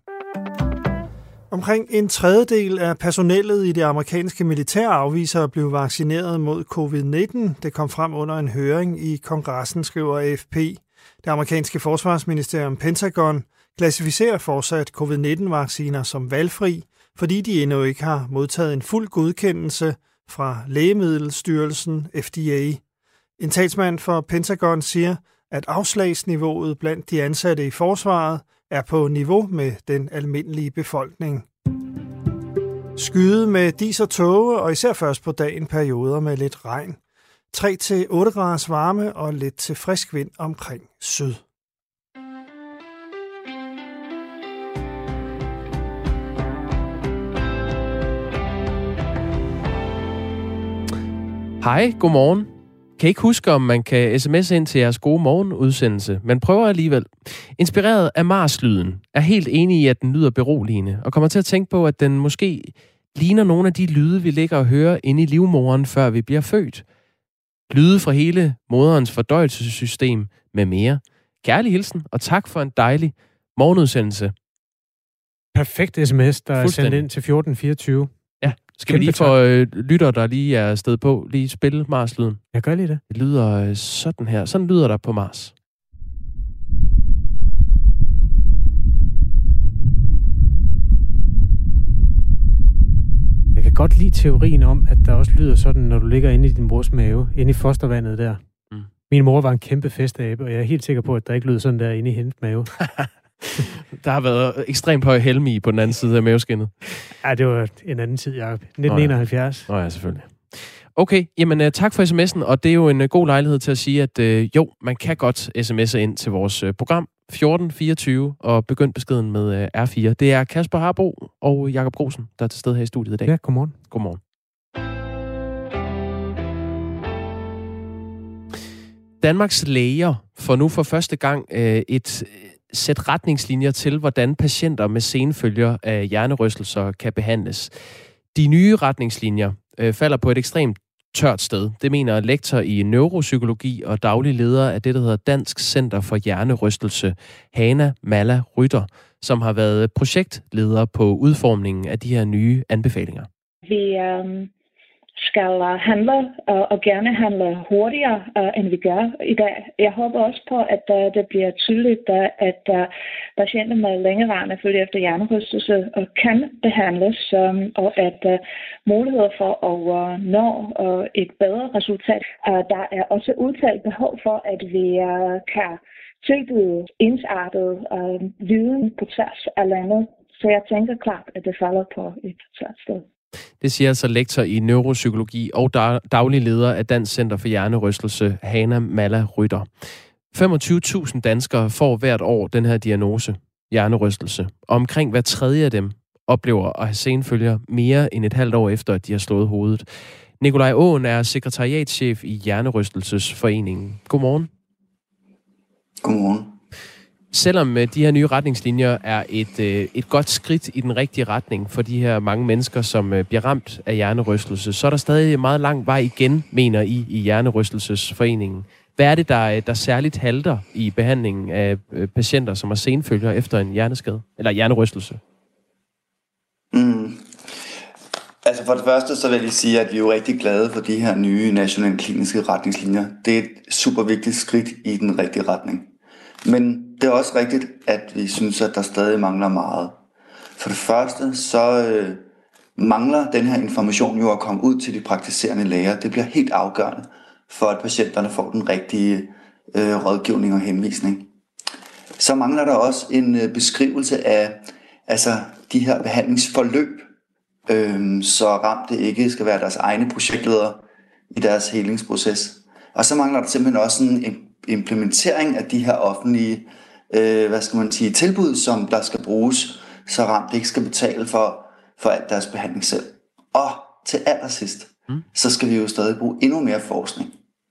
Omkring en tredjedel af personellet i det amerikanske militær afviser at blive vaccineret mod covid nitten. Det kom frem under en høring i kongressen, skriver A F P. Det amerikanske forsvarsministerium Pentagon klassificerer fortsat covid nitten-vacciner som valgfri, fordi de endnu ikke har modtaget en fuld godkendelse fra Lægemiddelstyrelsen F D A. En talsmand for Pentagon siger, at afslagsniveauet blandt de ansatte i forsvaret er på niveau med den almindelige befolkning. Skyde med dis og tåge, og især først på dagen perioder med lidt regn. tre til otte graders varme og lidt til frisk vind omkring syd. Hej, godmorgen. Kan ikke huske, om man kan sms'e ind til jeres gode morgenudsendelse, men prøver alligevel. Inspireret af Mars-lyden, er helt enig i, at den lyder beroligende, og kommer til at tænke på, at den måske ligner nogle af de lyde, vi ligger og hører inde i livmoderen, før vi bliver født. Lyde fra hele moderens fordøjelsessystem med mere. Kærlig hilsen, og tak for en dejlig morgenudsendelse. Perfekt sms, der er sendt ind til fjorten fireogtyve. Ja, skal vi lige få øh, lytter, der lige er sted på, lige spille Mars-lyden? Jeg gør lige det. Det lyder øh, sådan her. Sådan lyder der på Mars. Jeg kan godt lide teorien om, at der også lyder sådan, når du ligger inde i din mors mave, inde i fostervandet der. Mm. Min mor var en kæmpe festabe, og jeg er helt sikker på, at der ikke lyder sådan der inde i hendes mave. Der har været ekstremt høj helmi på den anden side af maveskinnet. Ja, det var en anden tid, Jacob. nitten enoghalvfjerds. Nå ja, selvfølgelig. Okay, jamen uh, tak for sms'en, og det er jo en uh, god lejlighed til at sige, at uh, jo, man kan godt sms'e ind til vores uh, program fjorten fireogtyve og begynd beskeden med uh, R fire. Det er Kasper Harbo og Jakob Grosen, der er til stede her i studiet i dag. Ja, godmorgen. Godmorgen. Danmarks læger får nu for første gang øh, et sæt retningslinjer til, hvordan patienter med senfølger af hjernerystelser kan behandles. De nye retningslinjer øh, falder på et ekstremt tørt sted. Det mener lektor i neuropsykologi og daglig leder af det, der hedder Dansk Center for Hjernerystelse, Hanna Malla Rytter, som har været projektleder på udformningen af de her nye anbefalinger. Vi øh, skal handle uh, og gerne handle hurtigere, uh, end vi gør i dag. Jeg håber også på, at uh, det bliver tydeligt, uh, at uh, patienter med længerevarende følge efter hjernerystelse uh, kan behandles, um, og at uh, muligheder for at uh, nå uh, et bedre resultat. Uh, der er også udtalt behov for, at vi uh, kan tilbyde ensartet uh, viden på tværs af landet. Så jeg tænker klart, at det falder på et tørt sted. Det siger altså lektor i neuropsykologi og daglig leder af Dansk Center for Hjernerystelse, Hanna Malla Rytter. femogtyve tusind danskere får hvert år den her diagnose, hjernerystelse. Og omkring hver tredje af dem oplever at have senfølger mere end et halvt år efter, at de har slået hovedet. Nikolaj Aaen er sekretariatschef i Hjernerystelsesforeningen. Godmorgen. Godmorgen. Selvom de her nye retningslinjer er et, et godt skridt i den rigtige retning for de her mange mennesker, som bliver ramt af hjernerystelse, så er der stadig meget lang vej igen, mener I i Hjernerystelsesforeningen. Hvad er det, der, der særligt halter i behandlingen af patienter, som har senfølger efter en hjerneskade eller hjernerystelse? Mm. Altså for det første, så vil jeg sige, at vi er jo rigtig glade for de her nye nationale kliniske retningslinjer. Det er et super vigtigt skridt i den rigtige retning. Men det er også rigtigt, at vi synes, at der stadig mangler meget. For det første, så øh, mangler den her information jo at komme ud til de praktiserende læger. Det bliver helt afgørende for, at patienterne får den rigtige øh, rådgivning og henvisning. Så mangler der også en øh, beskrivelse af altså, de her behandlingsforløb, øh, så ramte ikke skal være deres egne projektledere i deres helingsproces. Og så mangler der simpelthen også en implementering af de her offentlige øh, hvad skal man sige, tilbud, som der skal bruges, så ramt ikke skal betale for, for alt deres behandling selv. Og til allersidst, mm. så skal vi jo stadig bruge endnu mere forskning.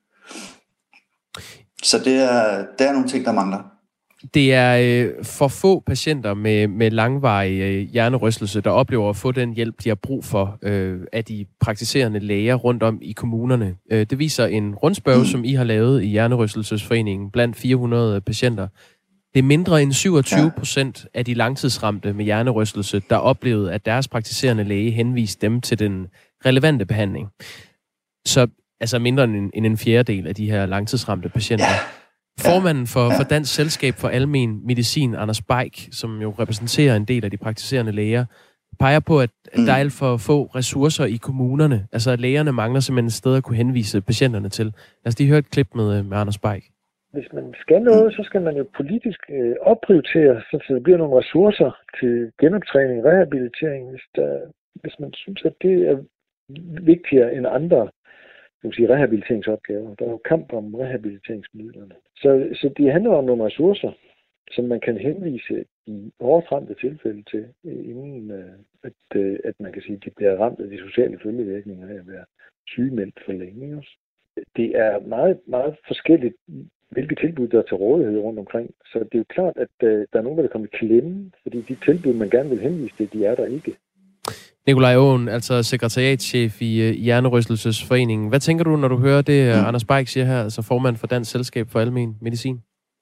Så det er, det er nogle ting, der mangler. Det er øh, for få patienter med, med langvarig øh, hjernerystelse, der oplever at få den hjælp, de har brug for øh, af de praktiserende læger rundt om i kommunerne. Øh, det viser en rundspørge, mm. som I har lavet i Hjernerystelsesforeningen blandt fire hundrede patienter. Det er mindre end syvogtyve procent af de langtidsramte med hjernerystelse, der oplevede, at deres praktiserende læge henviste dem til den relevante behandling. Så altså mindre end en, end en fjerdedel af de her langtidsramte patienter. Ja. Formanden for, for Dansk Selskab for Almen Medicin, Anders Beik, som jo repræsenterer en del af de praktiserende læger, peger på, at, at der er alt for få ressourcer i kommunerne. Altså, at lægerne mangler simpelthen et sted at kunne henvise patienterne til. Lad os lige høre et klip med, med Anders Beik. Hvis man skal noget, så skal man jo politisk øh, opprioritere, så der bliver nogle ressourcer til genoptræning og rehabilitering, hvis, der, hvis man synes, at det er vigtigere end andre sige, rehabiliteringsopgaver. Der er jo kamp om rehabiliteringsmidlerne. Så, så det handler om nogle ressourcer, som man kan henvise i hårdt ramte tilfælde til, inden at, at man kan sige, at de bliver ramt af de sociale følgevirkninger af at være sygemeldt for længe. Også. Det er meget, meget forskelligt, hvilke tilbud der er til rådighed rundt omkring. Så det er jo klart, at der er nogen, der kommer i klemme, fordi de tilbud, man gerne vil henvise til, de er der ikke. Nikolaj Aaen, altså sekretariatschef i uh, Hjernerystelsesforeningen. Hvad tænker du, når du hører det, mm. Anders Beik siger her, altså formand for Dansk Selskab for Almen Medicin?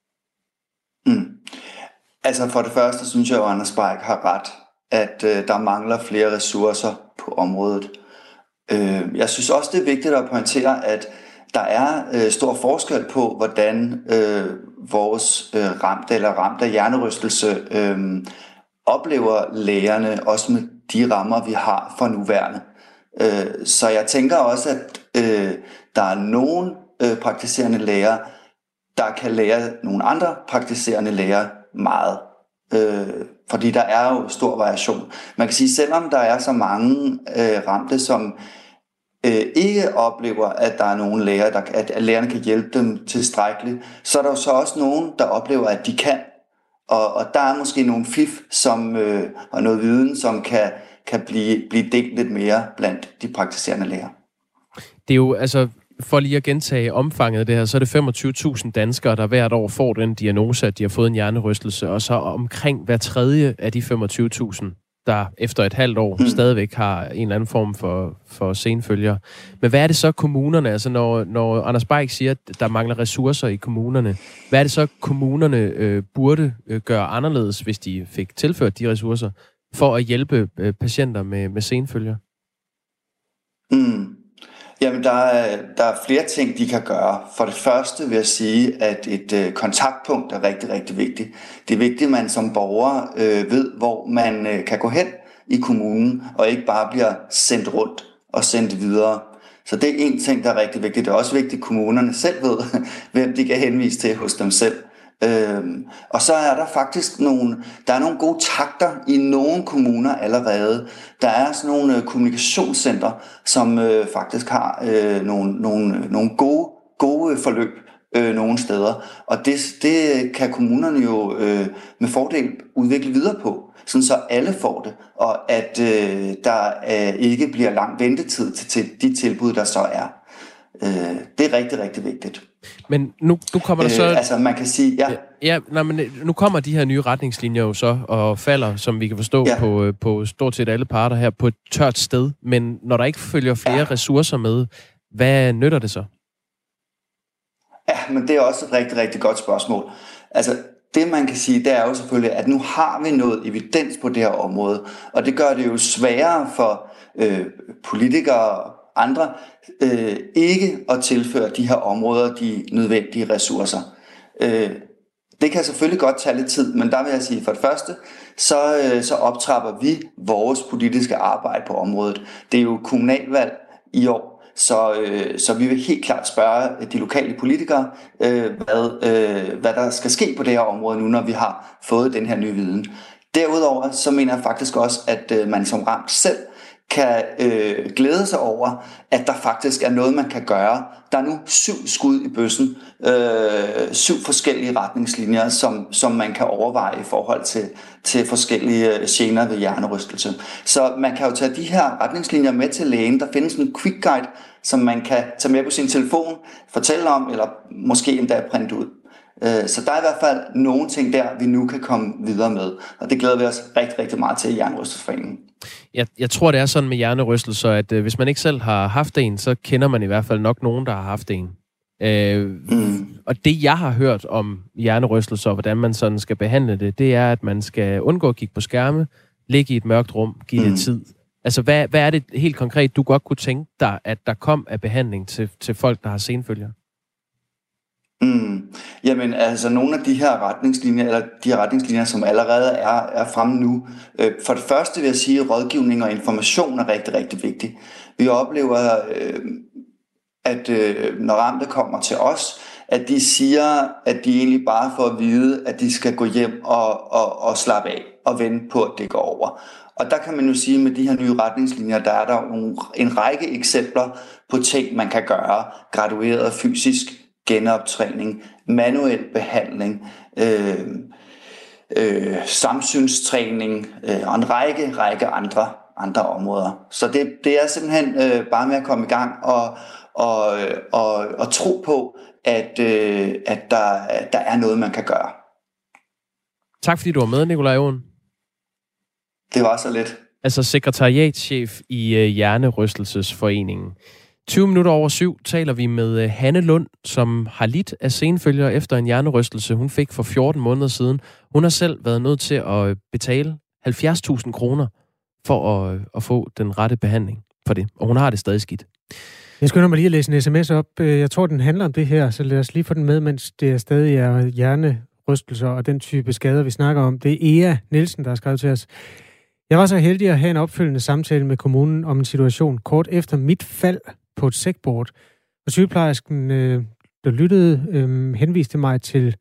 Mm. Altså for det første synes jeg, at Anders Beik har ret, at uh, der mangler flere ressourcer på området. Uh, jeg synes også, det er vigtigt at pointere, at der er uh, stor forskel på, hvordan uh, vores uh, ramte eller ramte af hjernerystelse uh, oplever lægerne, også med de rammer, vi har for nuværende. Øh, så jeg tænker også, at øh, der er nogle øh, praktiserende læger, der kan lære nogle andre praktiserende læger meget. Øh, fordi der er jo stor variation. Man kan sige, selvom der er så mange øh, ramte, som øh, ikke oplever, at der er nogen lærer, der, at, at lærerne kan hjælpe dem tilstrækkeligt, så er der jo så også nogen, der oplever, at de kan. Og, og der er måske nogle fif, som, øh, og noget viden, som kan, kan blive, blive delt lidt mere blandt de praktiserende læger. Det er jo, altså, for lige at gentage omfanget af det her, så er det femogtyve tusind danskere, der hvert år får den diagnose, at de har fået en hjernerystelse, og så omkring hver tredje af de femogtyve tusind, der efter et halvt år mm. stadigvæk har en eller anden form for, for senfølger. Men hvad er det så kommunerne, altså når, når Anders Bajk siger, at der mangler ressourcer i kommunerne, hvad er det så kommunerne øh, burde øh, gøre anderledes, hvis de fik tilført de ressourcer, for at hjælpe øh, patienter med, med senfølger? Mm. Jamen, der er, der er flere ting, de kan gøre. For det første vil jeg sige, at et øh, kontaktpunkt er rigtig, rigtig vigtigt. Det er vigtigt, at man som borger øh, ved, hvor man øh, kan gå hen i kommunen, og ikke bare bliver sendt rundt og sendt videre. Så det er en ting, der er rigtig vigtigt. Det er også vigtigt, at kommunerne selv ved, hvem de kan henvise til hos dem selv. Øhm, og så er der faktisk nogle, der er nogle gode takter i nogle kommuner allerede. Der er sådan nogle øh, kommunikationscenter, som øh, faktisk har øh, nogle, nogle, nogle gode, gode forløb øh, nogle steder. Og det, det kan kommunerne jo øh, med fordel udvikle videre på, sådan så alle får det, og at øh, der øh, ikke bliver lang ventetid til, til de tilbud, der så er. Øh, det er rigtig, rigtig vigtigt. Men nu, nu kommer der så... Øh, altså, man kan sige... Ja, ja nej, men nu kommer de her nye retningslinjer jo så, og falder, som vi kan forstå, ja. på, på stort set alle parter her, på et tørt sted. Men når der ikke følger flere ja. ressourcer med, hvad nytter det så? Ja, men det er også et rigtig, rigtig godt spørgsmål. Altså, det man kan sige, det er jo selvfølgelig, at nu har vi noget evidens på det her område, og det gør det jo sværere for øh, politikere andre øh, ikke at tilføre de her områder de nødvendige ressourcer. Øh, det kan selvfølgelig godt tage lidt tid, men der vil jeg sige, for det første, så, øh, så optrapper vi vores politiske arbejde på området. Det er jo kommunalvalg i år, så, øh, så vi vil helt klart spørge de lokale politikere, øh, hvad, øh, hvad der skal ske på det her område nu, når vi har fået den her nye viden. Derudover så mener jeg faktisk også, at øh, man som ramt selv kan øh, glæde sig over, at der faktisk er noget, man kan gøre. Der er nu syv skud i bøssen, øh, syv forskellige retningslinjer, som, som man kan overveje i forhold til, til forskellige gener ved hjernerystelse. Så man kan jo tage de her retningslinjer med til lægen. Der findes en quick guide, som man kan tage med på sin telefon, fortælle om, eller måske endda printe ud. Så der er i hvert fald nogle ting der, vi nu kan komme videre med. Og det glæder vi os rigtig, rigtig meget til i Hjernerystelsesforeningen. Jeg, jeg tror, det er sådan med hjernerystelser, at øh, hvis man ikke selv har haft en, så kender man i hvert fald nok nogen, der har haft en. Øh, mm. Og det, jeg har hørt om hjernerystelser, og hvordan man sådan skal behandle det, det er, at man skal undgå at kigge på skærme, ligge i et mørkt rum, give mm. det tid. Altså, hvad, hvad er det helt konkret, du godt kunne tænke dig, at der kom af behandling til, til folk, der har senfølger? Mm. Jamen, altså nogle af de her retningslinjer, eller de her retningslinjer, som allerede er, er fremme nu. Øh, for det første vil jeg sige, at rådgivning og information er rigtig, rigtig vigtigt. Vi oplever, øh, at øh, når ramte kommer til os, at de siger, at de egentlig bare får at vide, at de skal gå hjem og, og, og slappe af og vente på, at det går over. Og der kan man jo sige, at med de her nye retningslinjer, der er der nogle, en række eksempler på ting, man kan gøre. Gradueret fysisk genoptræning, manuel behandling, øh, øh, samsynstræning øh, og en række, række andre, andre områder. Så det, det er simpelthen øh, bare med at komme i gang og, og, og, og tro på, at, øh, at der, der er noget, man kan gøre. Tak fordi du var med, Nikolaj Aaen. Det var så lidt. Altså sekretariatschef i uh, Hjernerystelsesforeningen. tyve minutter over syv taler vi med Hanne Lund, som har lidt af senfølger efter en hjernerystelse, hun fik for fjorten måneder siden. Hun har selv været nødt til at betale halvfjerds tusind kroner for at, at få den rette behandling for det, og hun har det stadig skidt. Jeg skynder mig lige at læse en sms op. Jeg tror, den handler om det her, så lad os lige få den med, mens det er stadig er hjernerystelser og den type skader, vi snakker om. Det er Ea Nielsen, der har skrevet til os. Jeg var så heldig at have en opfølgende samtale med kommunen om en situation kort efter mit fald på et sækbord. Og sygeplejersken, øh, der lyttede, øh, henviste mig til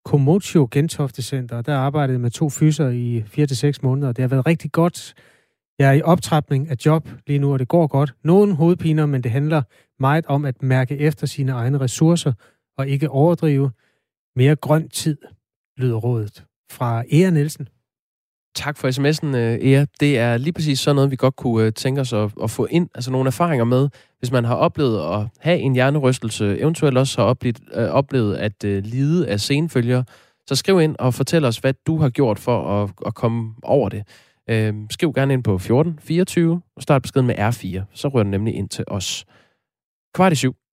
Komotio Gentofte Center. Der arbejdede med to fyser i fire til seks måneder. Det har været rigtig godt. Jeg er i optrapning af job lige nu, og det går godt. Nogle hovedpiner, men det handler meget om at mærke efter sine egne ressourcer og ikke overdrive. Mere grøn tid, lyder rådet fra Ea Nielsen. Tak for sms'en, Ea. Det er lige præcis sådan noget, vi godt kunne tænke os at, at få ind, altså nogle erfaringer med, hvis man har oplevet at have en hjernerystelse, eventuelt også har oplevet, øh, oplevet at øh, lide af senfølger, så skriv ind og fortæl os, hvad du har gjort for at, at komme over det. Øh, skriv gerne ind på fjorten fireogtyve og start beskeden med R fire, så rører den nemlig ind til os. Kvart i syv.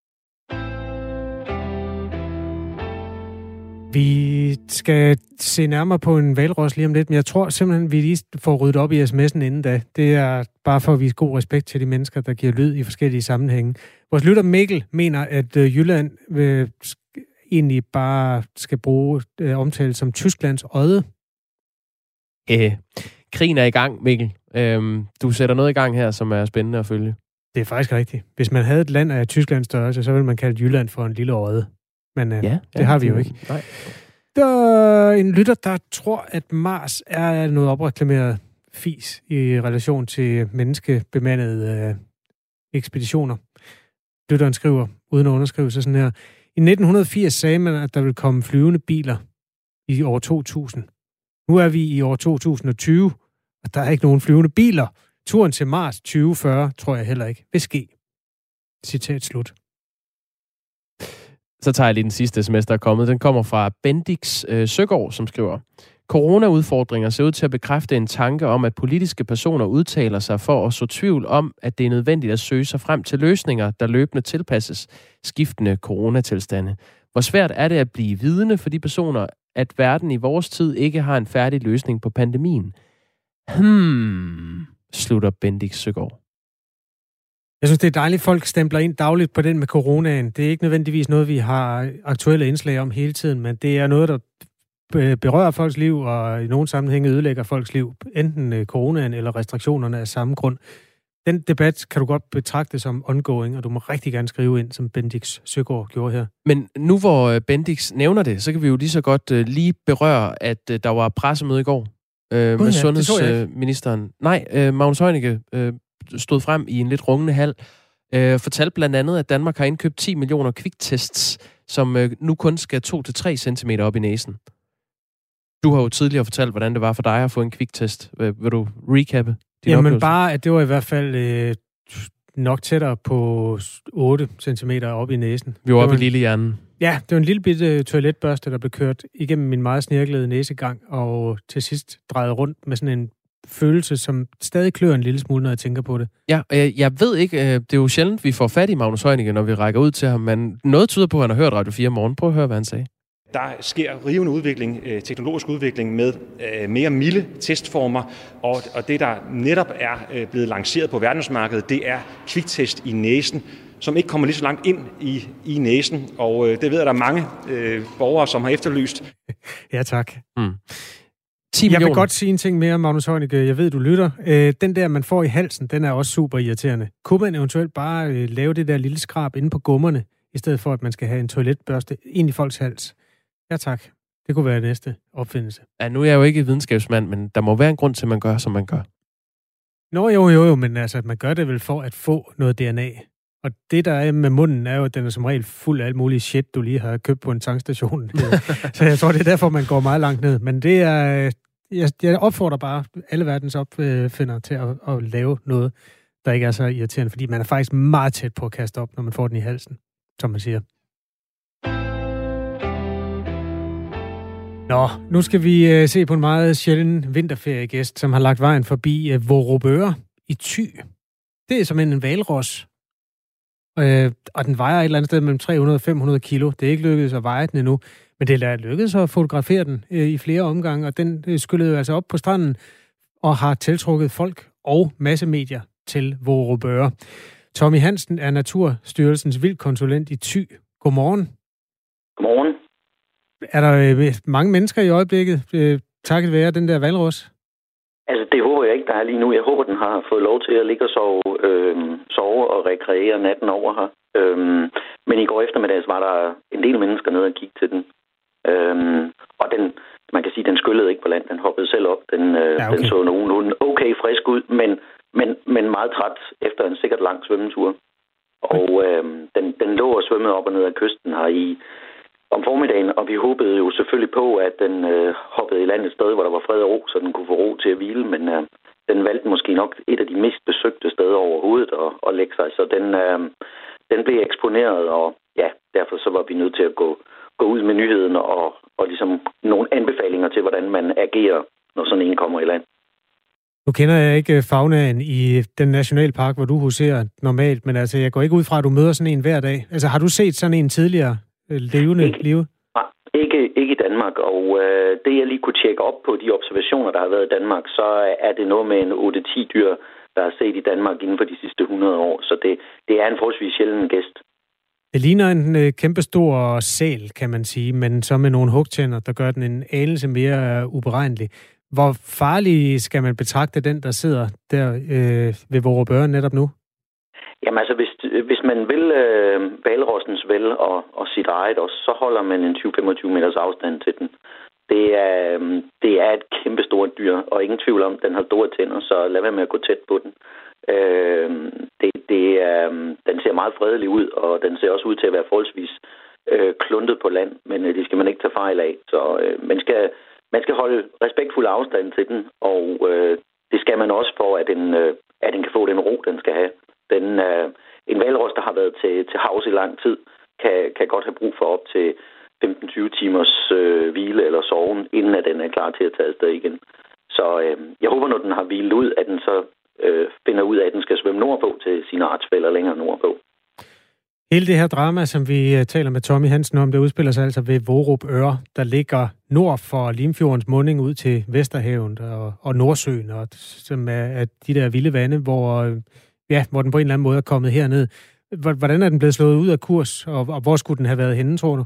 Vi skal se nærmere på en hvalros lige om lidt, men jeg tror simpelthen, vi lige får ryddet op i sms'en inden da. Det er bare for at vise god respekt til de mennesker, der giver lyd i forskellige sammenhænge. Vores lytter Mikkel mener, at Jylland øh, egentlig bare skal bruge øh, omtale som Tysklands odde. Æh, krigen er i gang, Mikkel. Øhm, du sætter noget i gang her, som er spændende at følge. Det er faktisk rigtigt. Hvis man havde et land af Tysklands størrelse, så ville man kalde Jylland for en lille odde. Men øh, ja, det ja, har vi jo ikke. Nej. Der er en lytter, der tror, at Mars er noget opreklameret fis i relation til menneskebemandede øh, ekspeditioner. Lytteren skriver, uden at underskrive sig sådan her. I nitten firs sagde man, at der ville komme flyvende biler i år to tusind. Nu er vi i år to tusind og tyve, og der er ikke nogen flyvende biler. Turen til Mars tyve fyrre tror jeg heller ikke vil ske. Citat slut. Så tager jeg lige den sidste sms, der er kommet. Den kommer fra Bendix øh, Søgaard, som skriver: Corona-udfordringer ser ud til at bekræfte en tanke om, at politiske personer udtaler sig for at så tvivl om, at det er nødvendigt at søge sig frem til løsninger, der løbende tilpasses skiftende coronatilstande. Hvor svært er det at blive vidne for de personer, at verden i vores tid ikke har en færdig løsning på pandemien? Hmm, slutter Bendix Søgaard. Jeg synes, det er dejligt, at folk stempler ind dagligt på den med coronaen. Det er ikke nødvendigvis noget, vi har aktuelle indslag om hele tiden, men det er noget, der berører folks liv, og i nogle sammenhænge ødelægger folks liv. Enten coronaen eller restriktionerne af samme grund. Den debat kan du godt betragte som ongoing, og du må rigtig gerne skrive ind, som Bendix Søgaard gjorde her. Men nu hvor Bendix nævner det, så kan vi jo lige så godt uh, lige berøre, at uh, der var pressemøde i går uh, med ja, sundhedsministeren. Nej, uh, Magnus Heunicke uh, stod frem i en lidt rungende hal, uh, fortalte blandt andet, at Danmark har indkøbt ti millioner kviktests, som uh, nu kun skal to til tre centimeter op i næsen. Du har jo tidligere fortalt, hvordan det var for dig at få en kviktest. Vil du recappe din Jamen oplevelse? Bare, at det var i hvert fald øh, nok tættere på otte centimeter op i næsen. Vi var oppe en, i lille hjernen. Ja, det var en lille bitte toiletbørste, der blev kørt igennem min meget snirklede næsegang, og til sidst drejede rundt med sådan en følelse, som stadig klør en lille smule, når jeg tænker på det. Ja, jeg, jeg ved ikke, det er jo sjældent, vi får fat i Magnus Heunicke, når vi rækker ud til ham, men noget tyder på, at han har hørt Radio fire morgen. Prøv at høre, hvad han sagde. Der sker rivende udvikling, teknologisk udvikling med mere milde testformer, og, og det, der netop er blevet lanceret på verdensmarkedet, det er kviktest i næsen, som ikke kommer lige så langt ind i, i næsen, og det ved jeg, der er mange øh, borgere, som har efterlyst. Ja, tak. Mm. Jeg vil godt sige en ting mere, Magnus Heunicke. Jeg ved, du lytter. Øh, den der, man får i halsen, den er også super irriterende. Kunne man eventuelt bare øh, lave det der lille skrab inde på gummerne, i stedet for, at man skal have en toiletbørste ind i folks hals? Ja, tak. Det kunne være næste opfindelse. Ja, nu er jeg jo ikke videnskabsmand, men der må være en grund til, at man gør, som man gør. Nå, jo, jo, jo, men altså, man gør det vel for at få noget D N A. Og det, der er med munden, er jo, at den er som regel fuld af alt muligt shit, du lige har købt på en tankstation. Så jeg tror, det er derfor, man går meget langt ned. Men det er... Jeg, jeg opfordrer bare alle verdens opfindere til at, at lave noget, der ikke er så irriterende, fordi man er faktisk meget tæt på at kaste op, når man får den i halsen, som man siger. Nå, nu skal vi uh, se på en meget sjælden vinterferiegæst, som har lagt vejen forbi uh, Vorupør i Thy. Det er som en hvalros. Uh, og den vejer et eller andet sted mellem tre hundrede og fem hundrede kilo. Det er ikke lykkedes at veje den endnu. Men det er lykkedes at fotografere den uh, i flere omgange, og den uh, skyllede altså op på stranden og har tiltrukket folk og massemedier til Vorupør. Tommy Hansen er Naturstyrelsens vildkonsulent i Thy. Godmorgen. Godmorgen. Er der øh, mange mennesker i øjeblikket, øh, takket være den der hvalros? Altså, det håber jeg ikke, der er lige nu. Jeg håber, den har fået lov til at ligge og sove, øh, sove og rekreere natten over her. Øhm, men i går eftermiddags var der en del mennesker nede og kigge til den. Øhm, og den, man kan sige, den skyllede ikke på land. Den hoppede selv op. Den, øh, ja, okay. den så nogenlunde okay frisk ud, men, men, men meget træt efter en sikkert lang svømmetur. Og øh, den, den lå og svømmede op og ned ad kysten her i om formiddagen, og vi håbede jo selvfølgelig på, at den øh, hoppede i land et sted, hvor der var fred og ro, så den kunne få ro til at hvile, men øh, den valgte måske nok et af de mest besøgte steder overhovedet at, at lægge sig, så den, øh, den blev eksponeret, og ja, derfor så var vi nødt til at gå, gå ud med nyheden og, og ligesom nogle anbefalinger til, hvordan man agerer, når sådan en kommer i land. Nu kender jeg ikke faunaen i den nationalpark, hvor du huserer normalt, men altså, jeg går ikke ud fra, at du møder sådan en hver dag. Altså, har du set sådan en tidligere levende ikke, live? Nej, ikke, ikke i Danmark, og øh, det jeg lige kunne tjekke op på de observationer, der har været i Danmark, så er det noget med en otte til ti dyr, der er set i Danmark inden for de sidste hundrede år, så det, det er en forholdsvis sjælden gæst. Det ligner en øh, kæmpestor sæl, kan man sige, men så med nogle hugtænder, der gør den en anelse mere øh, uberegnelig. Hvor farlig skal man betragte den, der sidder der øh, ved Vorupør netop nu? Jamen altså, hvis, hvis man vil øh, hvalrossens vel og, og sit eget også, så holder man en tyve til femogtyve meters afstand til den. Det er, øh, det er et kæmpestort dyr, og ingen tvivl om, den har store tænder, så lad være med at gå tæt på den. Øh, det, det er, den ser meget fredelig ud, og den ser også ud til at være forholdsvis øh, kluntet på land, men øh, det skal man ikke tage fejl af. Så øh, man skal... Man skal holde respektfuld afstand til den, og øh, det skal man også for, at den, øh, at den kan få den ro, den skal have. Den, øh, en hvalros, der har været til, til havs i lang tid, kan, kan godt have brug for op til femten til tyve timers øh, hvile eller soven, inden at den er klar til at tage afsted igen. Så øh, jeg håber, når den har hvilet ud, at den så øh, finder ud af, at den skal svømme nordpå til sine artsfæller længere nordpå. Hele det her drama, som vi taler med Tommy Hansen om, det udspiller sig altså ved Vorupør, der ligger nord for Limfjordens munding ud til Vesterhavet og, og Nordsøen, og som er, er de der vilde vande, hvor, ja, hvor den på en eller anden måde er kommet herned. Hvordan er den blevet slået ud af kurs, og, og hvor skulle den have været henne, tror du?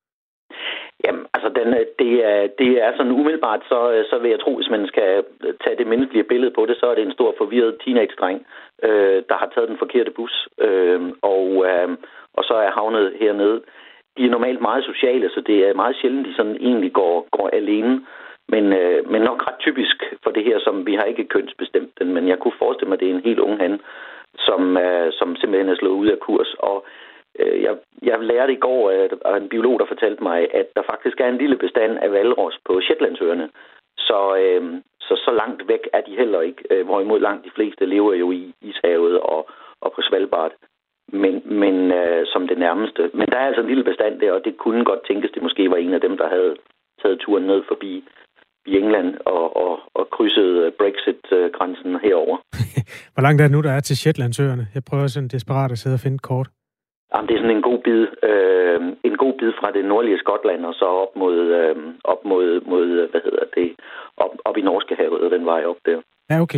Jamen, altså, den, det, er, det er sådan umiddelbart, så, så vil jeg tro, hvis man skal tage det menneskelige billede på det, så er det en stor forvirret teenage-dreng, øh, der har taget den forkerte bus, øh, og, øh, og så er havnet hernede. De er normalt meget sociale, så det er meget sjældent, de sådan egentlig går, går alene, men, øh, men nok ret typisk for det her, som vi har ikke kønsbestemt den, men jeg kunne forestille mig, at det er en helt ung han, som, øh, som simpelthen er slået ud af kurs, og Jeg, jeg lærte i går af en biolog, der fortalte mig, at der faktisk er en lille bestand af hvalros på Shetlandsøerne. Så, øh, så så langt væk er de heller ikke, øh, hvorimod langt de fleste lever jo i Ishavet og, og på Svalbard, men, men øh, som det nærmeste. Men der er altså en lille bestand der, og det kunne godt tænkes, det måske var en af dem, der havde taget turen ned forbi i England og, og, og krydset Brexit-grænsen herover. Hvor langt er det nu, der er til Shetlandsøerne? Jeg prøver sådan desperat at sidde og finde et kort. Jamen, det er sådan en god bid, øh, en god bid fra det nordlige Skotland og så op mod, øh, op mod, mod hvad hedder det, op, op i Norskehavet og den vej op der. Ja, okay.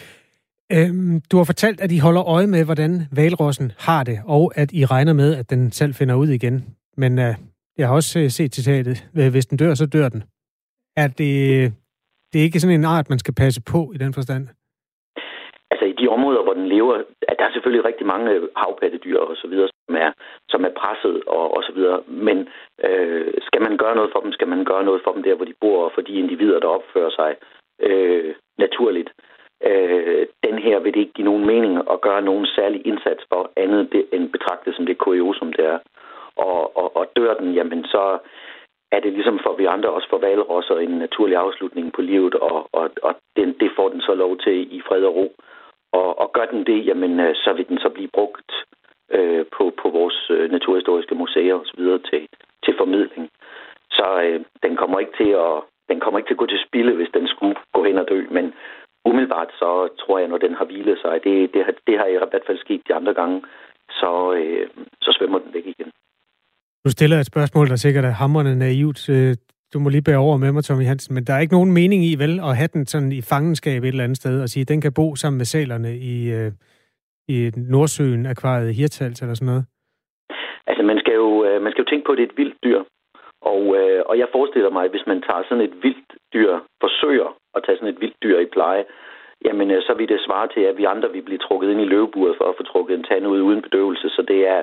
Øhm, du har fortalt, at I holder øje med, hvordan hvalrossen har det, og at I regner med, at den selv finder ud igen. Men øh, jeg har også øh, set citatet, hvis den dør, så dør den. Er det, det er ikke sådan en art, man skal passe på i den forstand? Altså i de områder, hvor den lever, at der er selvfølgelig rigtig mange havpattedyr og så videre, som er, som er presset og, og så videre. Men øh, skal man gøre noget for dem, skal man gøre noget for dem der, hvor de bor, og for de individer, der opfører sig øh, naturligt. Øh, den her vil det ikke give nogen mening at gøre nogen særlig indsats for andet det, end betragtet som det kuriosum, det er. Og, og, og dør den, jamen så er det ligesom for vi andre, også for hvalrosser, en naturlig afslutning på livet, og, og, og den, det får den så lov til i fred og ro. Og, og gør den det, jamen så vil den så blive brugt øh, på, på vores øh, naturhistoriske museer og så videre til, til formidling. Så øh, den kommer ikke til at den kommer ikke til at gå til spilde, hvis den skulle gå hen og dø, men umiddelbart så tror jeg, når den har hvilet sig, det, det, har, det har i hvert fald sket de andre gange, så, øh, så svømmer den væk igen. Du stiller et spørgsmål, der sikkert er hamrende naivt. Du må lige bære over med mig, Tommy Hansen, men der er ikke nogen mening i, vel, at have den sådan i fangenskab et eller andet sted, og sige, at den kan bo sammen med sælerne i, øh, i Nordsøen, akvariet Hirtshals eller sådan noget? Altså, man skal jo, man skal jo tænke på, at det er et vildt dyr, og, øh, og jeg forestiller mig, at hvis man tager sådan et vildt dyr, forsøger at tage sådan et vildt dyr i pleje, jamen så vil det svare til, at vi andre vil blive trukket ind i løveburet for at få trukket en tand ud uden bedøvelse, så det er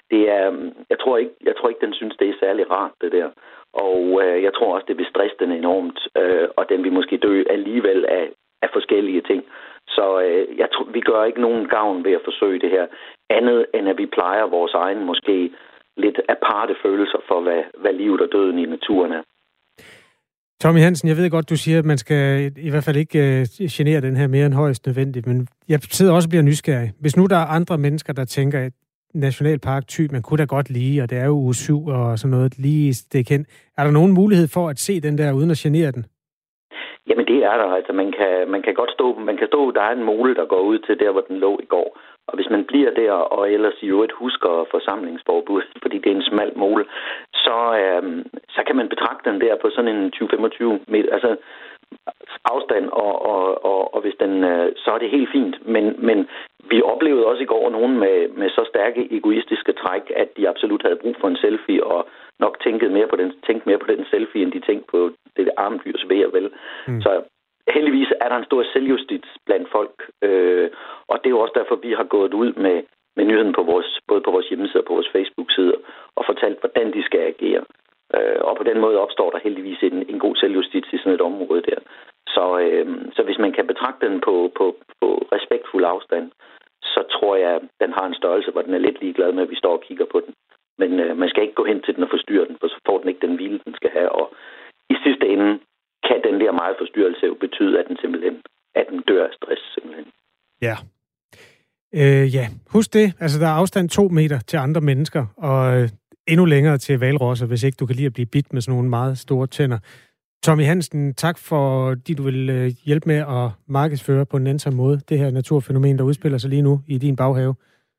det er, jeg tror ikke, jeg tror ikke, den synes, det er særlig rart, det der. Og øh, jeg tror også, det vil stresse den enormt, øh, og den vil måske dø alligevel af, af forskellige ting. Så øh, jeg tror, vi gør ikke nogen gavn ved at forsøge det her, andet end at vi plejer vores egen måske lidt aparte følelser for, hvad, hvad livet og døden i naturen er. Tommy Hansen, jeg ved godt, du siger, at man skal i hvert fald ikke uh, genere den her mere end højst nødvendigt, men jeg sidder også og bliver nysgerrig. Hvis nu der er andre mennesker, der tænker, at Nationalpark Thy, man kunne da godt lide, og det er jo uge syv og sådan noget, lige stik hen. Er der nogen mulighed for at se den der, uden at genere den? Jamen det er der, altså man kan, man kan godt stå, man kan stå, der er en mole, der går ud til der, hvor den lå i går. Og hvis man bliver der, og ellers i øvrigt husker forsamlingsforbud, fordi det er en smal mole, så, øhm, så kan man betragte den der på sådan en tyve til femogtyve meter, altså afstand, og, og, og, og hvis den, øh, så er det helt fint. Men, men vi oplevede også i går nogen med, med så stærke egoistiske træk, at de absolut havde brug for en selfie, og nok tænkte mere på den, tænkte mere på den selfie, end de tænkte på det armdyrs ved og vel. Mm. Så heldigvis er der en stor selvjustits blandt folk, øh, og det er jo også derfor, vi har gået ud med, med nyheden på vores, både på vores hjemmeside og på vores Facebook-side, og fortalt, hvordan de skal agere. Øh, og på den måde opstår der heldigvis en, en god selvjustits i sådan et område der. Så, øh, så hvis man kan betragte den på, på, på respektfuld afstand, så tror jeg, at den har en størrelse, hvor den er lidt ligeglad med, at vi står og kigger på den. Men øh, man skal ikke gå hen til den og forstyrre den, for så får den ikke den hvile, den skal have. Og i sidste ende kan den der meget forstyrrelse jo betyde, at den simpelthen at den dør af stress simpelthen. Ja. Øh, ja, husk det. Altså, der er afstand to meter til andre mennesker, og øh, endnu længere til hvalrosser, hvis ikke du kan lide at blive bidt med sådan nogle meget store tænder. Tommy Hansen, tak for, at du vil øh, hjælpe med at markedsføre på en nænsom måde det her naturfænomen, der udspiller sig lige nu i din baghave.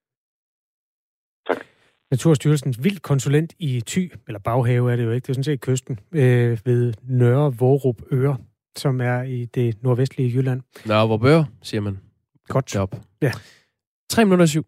Tak. Naturstyrelsens vildkonsulent i Thy, eller baghave er det jo ikke, det er sådan set kysten, øh, ved Nørre Vorup Øre, som er i det nordvestlige Jylland. Nørre Vorup Øre, siger man. Godt job. Ja. Tre minutter syv.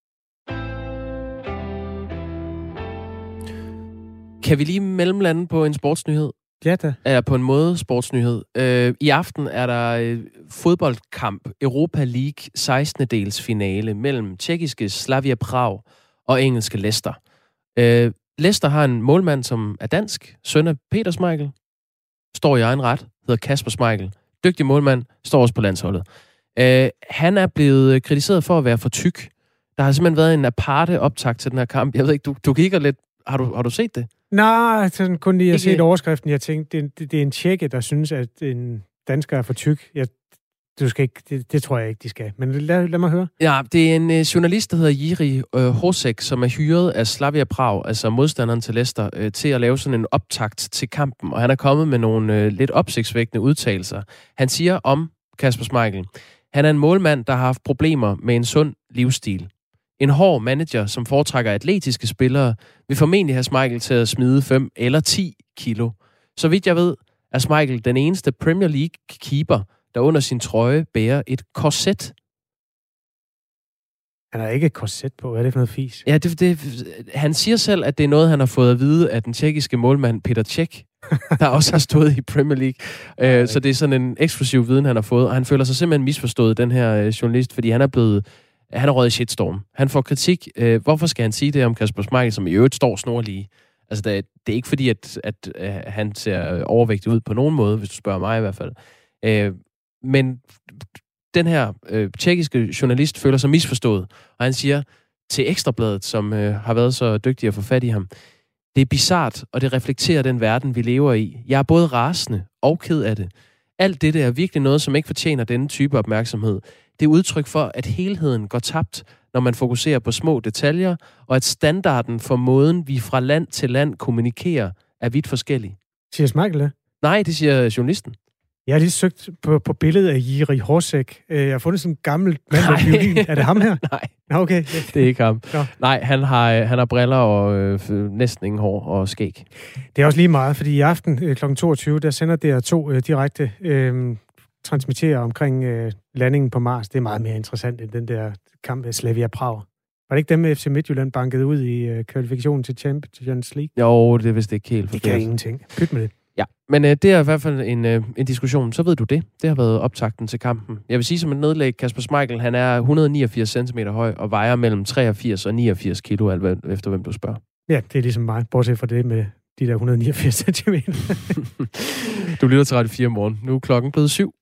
Kan vi lige mellemlande på en sportsnyhed? Ja da. Er på en måde sportsnyhed. Øh, I aften er der øh, fodboldkamp, Europa League sekstende dels finale mellem tjekkiske Slavia Prag og engelske Leicester. Øh, Leicester har en målmand, som er dansk, søn af Peter Schmeichel, står i egen ret, hedder Kasper Schmeichel. Dygtig målmand, står også på landsholdet. Øh, han er blevet kritiseret for at være for tyk. Der har simpelthen været en aparte optakt til den her kamp. Jeg ved ikke, du, du kigger lidt. Har du, har du set det? Nej, sådan kun lige at se overskriften. Jeg tænkte, det, det, det er en tjekke, der synes, at en dansker er for tyk. Jeg, du skal ikke, det, det tror jeg ikke, de skal. Men lad, lad mig høre. Ja, det er en uh, journalist, der hedder Jiri uh, Hosek, som er hyret af Slavia Prag, altså modstanderen til Leicester, uh, til at lave sådan en optakt til kampen. Og han er kommet med nogle uh, lidt opsigtsvækkende udtalelser. Han siger om Kasper Schmeichel, han er en målmand, der har haft problemer med en sund livsstil. En hård manager, som foretrækker atletiske spillere, vil formentlig have Schmeichel til at smide fem eller ti kilo. Så vidt jeg ved, er Schmeichel den eneste Premier League-keeper, der under sin trøje bærer et korset. Han har ikke et korset på. Hvad er det for noget fis? Ja, det, det, han siger selv, at det er noget, han har fået at vide af den tjekkiske målmand Peter Cech, der også har stået i Premier League. uh, så det er sådan en eksklusiv viden, han har fået. Og han føler sig simpelthen misforstået, den her uh, journalist, fordi han er blevet Han er røget i shitstorm. Han får kritik. Øh, hvorfor skal han sige det om Kasper Schmeichel, som i øvrigt står snorlige? Altså, det er, det er ikke fordi, at, at, at han ser overvægtig ud på nogen måde, hvis du spørger mig i hvert fald. Øh, men den her øh, tjekkiske journalist føler sig misforstået, og han siger til Ekstrabladet, som øh, har været så dygtig at få fat i ham, det er bizart, og det reflekterer den verden, vi lever i. Jeg er både rasende og ked af det. Alt dette er virkelig noget, som ikke fortjener denne type opmærksomhed. Det er udtryk for, at helheden går tabt, når man fokuserer på små detaljer, og at standarden for måden, vi fra land til land kommunikerer, er vidt forskellig. Siger Schmeichel det? Nej, det siger journalisten. Jeg har lige søgt på, på billedet af Jiri Hosek. Jeg har fundet sådan en gammel mand med violin. Er det ham her? Nej. Nå, okay. Det er ikke ham. Nå. Nej, han har, han har briller og øh, næsten ingen hår og skæg. Det er også lige meget, fordi i aften øh, klokken toogtyve, der sender D R to øh, direkte øh, transmitterer omkring øh, landingen på Mars. Det er meget mere interessant end den der kamp af Slavia Prag. Var det ikke dem, F C Midtjylland bankede ud i øh, kvalifikationen til Champions League? Jo, det er vist ikke helt forkert. Det kan ingenting. Pyt med det. Ja, men øh, det er i hvert fald en, øh, en diskussion. Så ved du det. Det har været optakten til kampen. Jeg vil sige som et nedlæg, Kasper Schmeichel, han er et hundrede og niogfirs centimeter høj og vejer mellem treogfirs og niogfirs kilo, alt efter hvem du spørger. Ja, det er ligesom mig, bortset fra det med de der et hundrede og niogfirs centimeter. Du lytter til Radio fire morgen. Nu er klokken blevet syv.